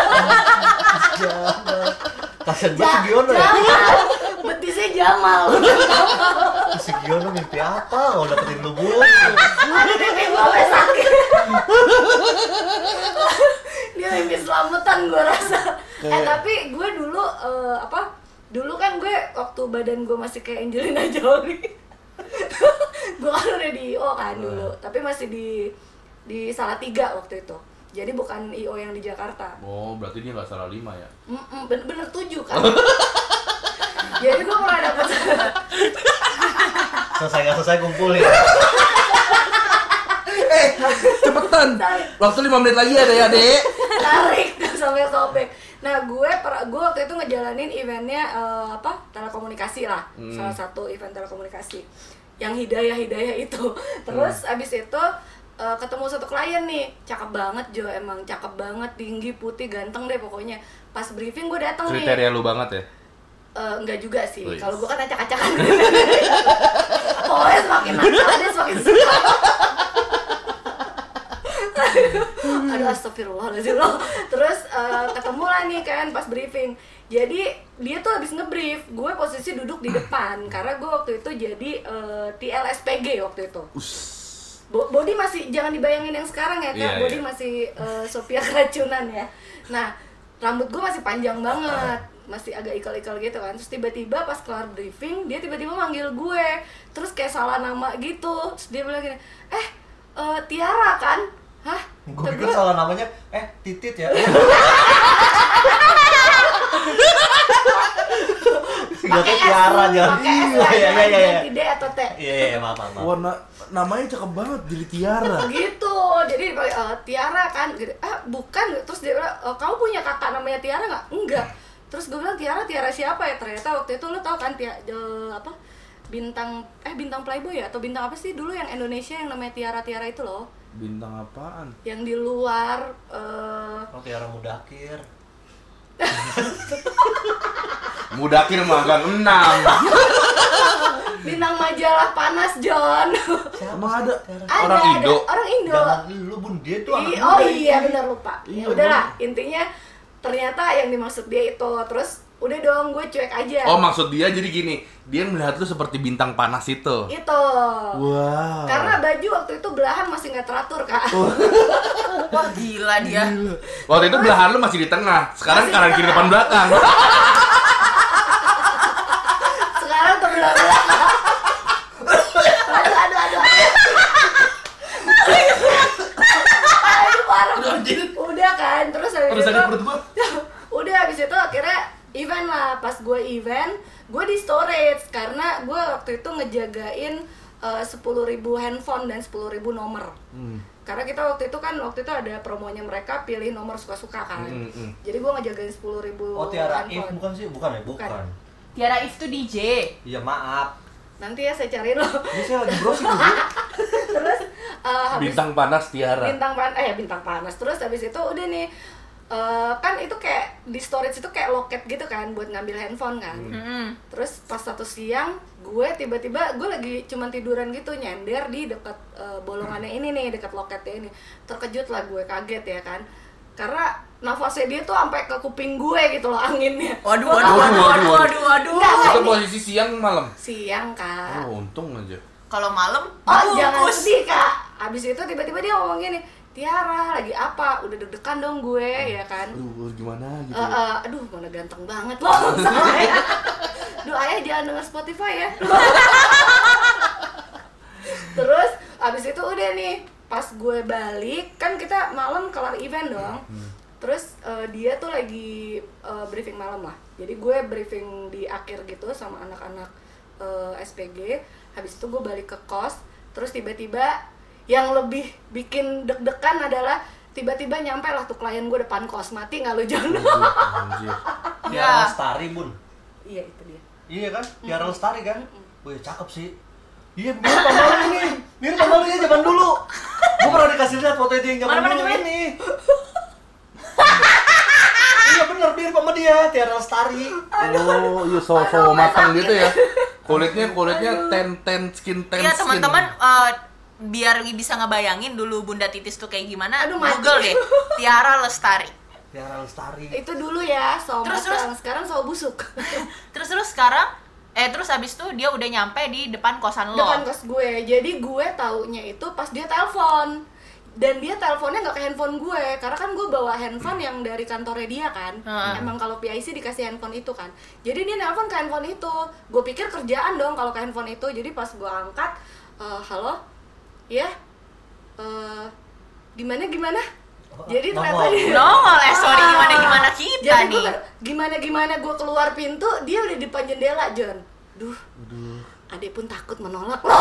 Kasian gue Sugiono ya. Jamal. Betisnya Jamal. Sugiono mimpi apa? Kalau dapetin lu bulu. Aduh, pipi gue sampai sakit. Dia mimpi selamatan gue rasa. Eh tapi gue dulu eh, apa? Dulu kan gue waktu badan gue masih kayak Angelina Jolie. Gue kan udah di I O kan dulu, tapi masih di di Salatiga waktu itu. Jadi bukan I O yang di Jakarta. Oh, berarti dia nggak salah lima ya? Mm-mm, bener-bener tujuh kan. Jadi gue pernah dapet Selesai nggak selesai kumpulin. Eh, cepetan. Waktu lima menit lagi ada ya, Dek. tarik sampai sobek. Nah gue per- gue waktu itu ngejalanin eventnya eh, apa telekomunikasi lah, Hmm. salah satu event telekomunikasi yang hidayah hidayah itu. Terus Hmm. abis itu eh, ketemu satu klien nih, cakep banget Jo, emang cakep banget, tinggi, putih, ganteng deh pokoknya. Pas briefing gue datang nih. Kriteria lu banget ya? Eh, enggak juga sih, Oh, yes. kalau gue kan acak-acakan. Pokoknya semakin nakal dia semakin suka. Aduh astagfirullahaladzim loh. Terus uh, ketemu lah nih kan pas briefing. Jadi dia tuh habis ngebrief, gue posisi duduk di depan karena gue waktu itu jadi uh, T L S P G waktu itu. Bo- body masih jangan dibayangin yang sekarang ya kak, Iya, body iya. masih uh, Sophia keracunan ya. Nah rambut gue masih panjang banget, masih agak ikal-ikal gitu kan. Terus tiba-tiba pas kelar briefing dia tiba-tiba manggil gue, terus kayak salah nama gitu. Terus dia bilang gini, eh uh, Tiara kan? Hah? Gue Kata pikir salah namanya, eh Titit ya. Gak pakai tau S Tiara dulu, jangan. pakai S Iya iya iya iya. ganti D atau T. Iya iya maaf maaf. maaf. Warna namanya cakep banget, jadi Tiara. Gitu, jadi uh, Tiara kan, gitu. Ah bukan, terus dia bilang, e, kamu punya kakak namanya Tiara nggak? Enggak. Terus gue bilang Tiara, Tiara siapa ya? Ternyata waktu itu lo tau kan Tia, uh, apa bintang eh bintang Playboy ya atau bintang apa sih dulu yang Indonesia yang namanya Tiara Tiara itu loh? Bintang apaan? Yang di luar. Uh... Oh, Tiara Mudakir. Mudakir mah agak enam. Bintang majalah panas John. Emang ada? Ada, Orang ada. Indo? Orang Indo. Jangan lu Bun, dia tuh anak I- oh muda. iya benar lupa. Iya, Ya udahlah, intinya ternyata yang dimaksud dia itu. Terus udah dong gue cuek aja. Oh, maksud dia jadi gini, dia melihat lu seperti bintang panas itu. Itu. Wow. Karena baju waktu itu belahan masih nggak teratur kak. Wah gila dia. Waktu itu belahan lu masih di tengah, sekarang Masih kanan di kiri tengah. depan belakang. Sekarang tuh belah-belah. Aduh aduh aduh. Aduh parah. Udah kan, terus habis Terus itu. sakit perut gua. Udah habis itu akhirnya event lah. Pas gue event, gue di storage karena gue waktu itu ngejagain sepuluh ribu handphone dan sepuluh ribu nomor. Hmm. Karena kita waktu itu kan waktu itu ada promonya mereka pilih nomor suka-suka kan. Hmm, hmm. Jadi gue ngejagain sepuluh ribu Oh, Tiara If handphone. bukan sih? Bukan ya? Bukan. Bukan. Tiara If tuh D J. Iya, maaf. Nanti ya saya cariin lo. Ini saya lagi browsing dulu. Terus uh, habis Bintang panas Tiara. bintang panas eh bintang panas. Terus habis itu udah nih uh, kan itu kayak di storage itu kayak loket gitu kan buat ngambil handphone kan. Mm-mm. Terus pas satu siang gue tiba-tiba gue lagi cuman tiduran gitu nyender di dekat uh, bolongannya ini nih, dekat loketnya ini. Terkejut lah gue, kaget ya kan. Karena nafasnya dia tuh sampai ke kuping gue gitu loh anginnya. Waduh, Gua waduh, nggak- waduh, waduh, waduh, waduh. Nggak, nggak, Itu ini posisi siang malam. siang kak. Oh, untung aja. Kalau malam, Oh jangan bungkus. sedih kak. Abis itu tiba-tiba dia ngomong gini, Tiara lagi apa? Udah deg-degan dong gue ya kan. Aduh, gimana gitu. Eh, eh, aduh mana ganteng banget loh sama ayah. Duh ayah jangan denger Spotify ya. Terus abis itu udah nih pas gue balik kan kita malam kelar event dong. Terus eh, dia tuh lagi eh, briefing malam lah. Jadi gue briefing di akhir gitu sama anak-anak eh, S P G. Habis itu gue balik ke kos. Terus tiba-tiba yang lebih bikin deg-degan adalah tiba-tiba nyampe lah tuh klien gue depan kos. Mati nggak lu John? Anjir. Tiara Lestari, Bun. Iya itu dia. Iya kan? Tiara Lestari kan? Wih, cakep sih. Iya, mirip sama lu ini. Mirip sama lu ya zaman dulu. Gua pernah dikasih lihat foto dia yang zaman Mana, mana, dulu cobain. ini. Iya bener, mirip sama dia, Tiara Lestari. Oh, iya so-so matang gitu ya. Kulitnya kulitnya ten ten skin ten Iya skin. teman-teman, eh, biar bisa ngebayangin dulu Bunda Titis tuh kayak gimana, Aduh, mati. Google deh Tiara Lestari. Tiara Lestari. Itu dulu ya, sawo Terus, matang. Sekarang sawo busuk. Terus terus sekarang, eh terus abis itu dia udah nyampe di depan kosan lo. Depan kos gue. Jadi gue taunya itu pas dia telepon. Dan dia teleponnya nggak ke handphone gue, karena kan gue bawa handphone yang dari kantornya dia kan. Hmm. Emang kalau P I C dikasih handphone itu kan. Jadi dia nelpon ke handphone itu. Gue pikir kerjaan dong kalau ke handphone itu. Jadi pas gue angkat, "Eh, halo, ya, eh gimana gimana? Jadi ternyata Nongol. dia Nongol, eh sorry gimana gimana kita Jadi nih. gue gimana gimana gue keluar pintu, dia udah di depan jendela John. Duh, adek pun takut menolak loh.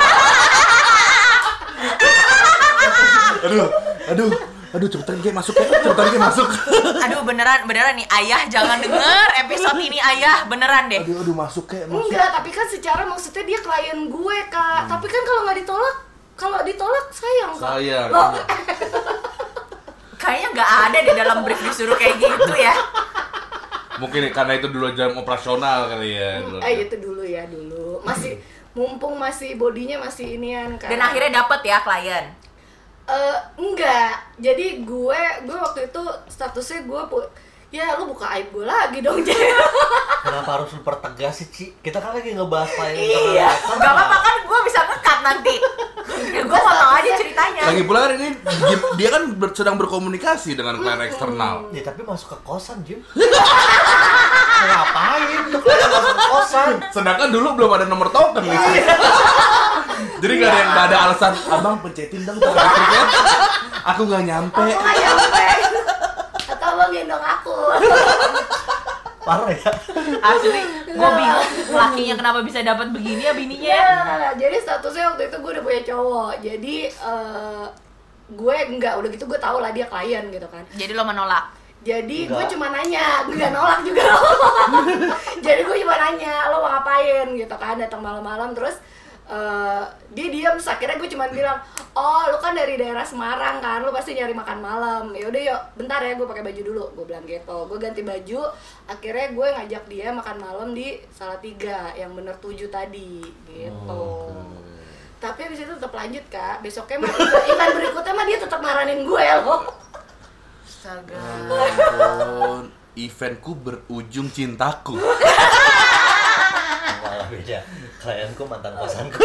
Aduh, aduh, aduh cepetan kayak masuk ya, cepetan kayak masuk. Aduh beneran beneran nih ayah jangan denger episode ini ayah beneran deh. Aduh, aduh masuk kayak masuk. Enggak, tapi kan secara maksudnya dia klien gue kak. Tapi kan kalau nggak ditolak, kalau ditolak sayang kak. Sayang. Loh, iya. Kayaknya nggak ada deh dalam brief disuruh kayak gitu ya. Mungkin karena itu dulu jam operasional kali ya. dulu. eh itu dulu ya dulu. Masih mumpung masih bodinya masih inian kan. Dan akhirnya dapet ya klien. Eh, enggak, jadi gue gue waktu itu statusnya gue pu- ya lu buka aib gue lagi dong Jay. Kenapa harus lu pertegas sih, Ci? Kita kan lagi ngebahas klien Iya. internal. Gak apa-apa kan gue bisa ngekat nanti. Gue potong aja ceritanya. Lagi pula kan ini dia- dia kan ber- sedang berkomunikasi dengan klien eksternal. Ya tapi masuk ke kosan, Jim. Ngapain tuh klien masuk ke kosan? Sedangkan dulu belum ada nomor token nih. Jadi gak ada yang gak ada alasan, abang pencetin dong token listriknya. Aku gak nyampe. Aku nggak nyampe. Atau lo gendong aku. Parah ya. Asli, gue bingung lakinya kenapa bisa dapat begini ya bininya. Ya, nah, jadi statusnya waktu itu gue udah punya cowok. Jadi eh, gue enggak, udah gitu gue tau lah dia klien gitu kan. Jadi lo menolak. Jadi gue Enggak. cuma nanya, gue gak nolak juga. Jadi gue cuma nanya, lo mau ngapain gitu kan, datang malam-malam terus uh, dia diam. Terus akhirnya gue cuma bilang, oh lo kan dari daerah Semarang kan, lo pasti nyari makan malam. Ya udah yuk, bentar ya gue pakai baju dulu. Gue bilang gitu. Gue ganti baju. Akhirnya gue ngajak dia makan malam di Salatiga yang bener tujuh tadi gitu. Hmm. Tapi abis itu tetap lanjut kak. Besoknya mah event berikutnya mah dia tetap maranin gue loh. Astaga. Ampun, eventku berujung cintaku. Malah beda. Klienku mantan kosanku.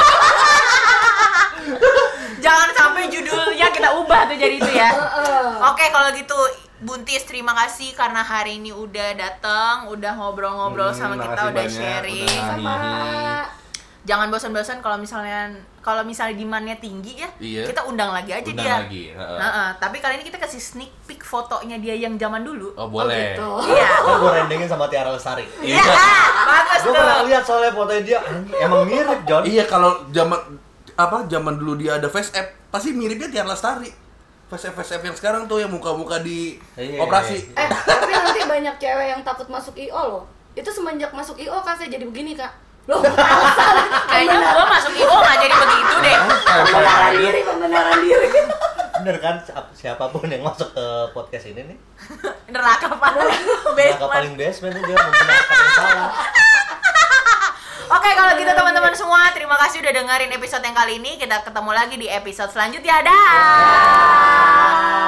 Jangan sampai judulnya kita ubah tuh jadi itu ya. Oke, kalau gitu Buntis, terima kasih karena hari ini udah datang, udah ngobrol-ngobrol Hmm, sama kita, makasih udah banyak, sharing. udah Sama. Jangan bosan-bosan kalau misalnya kalau misalnya demand-nya tinggi ya, Iya. kita undang lagi aja Undang dia. lagi, heeh. Heeh, tapi kali ini kita kasih sneak peek fotonya dia yang zaman dulu. Oh boleh. Gitu. Iya. Kan gue rendengin sama Tiara Lestari. Iya. Bagus Gue tuh. pernah lihat soalnya fotonya dia, anjing, emang mirip John. Iya, kalau zaman apa zaman dulu dia ada face app, pasti miripnya Tiara Lestari. Face app face app yang sekarang tuh yang muka-muka di Iya, operasi. Eh, tapi nanti banyak cewek yang takut masuk I O loh. Itu semenjak masuk I O kan saya jadi begini kak. Loh, Kayaknya gua masuk I O nggak jadi begitu deh. pembenaran diri, pembenaran diri. Bener kan, siap- siapapun yang masuk ke podcast ini nih, Neraka paling mereka basement. paling basement dia membenarkan yang salah. Oke, kalau gitu teman-teman semua, terima kasih udah dengerin episode yang kali ini. Kita ketemu lagi di episode selanjutnya. Dah.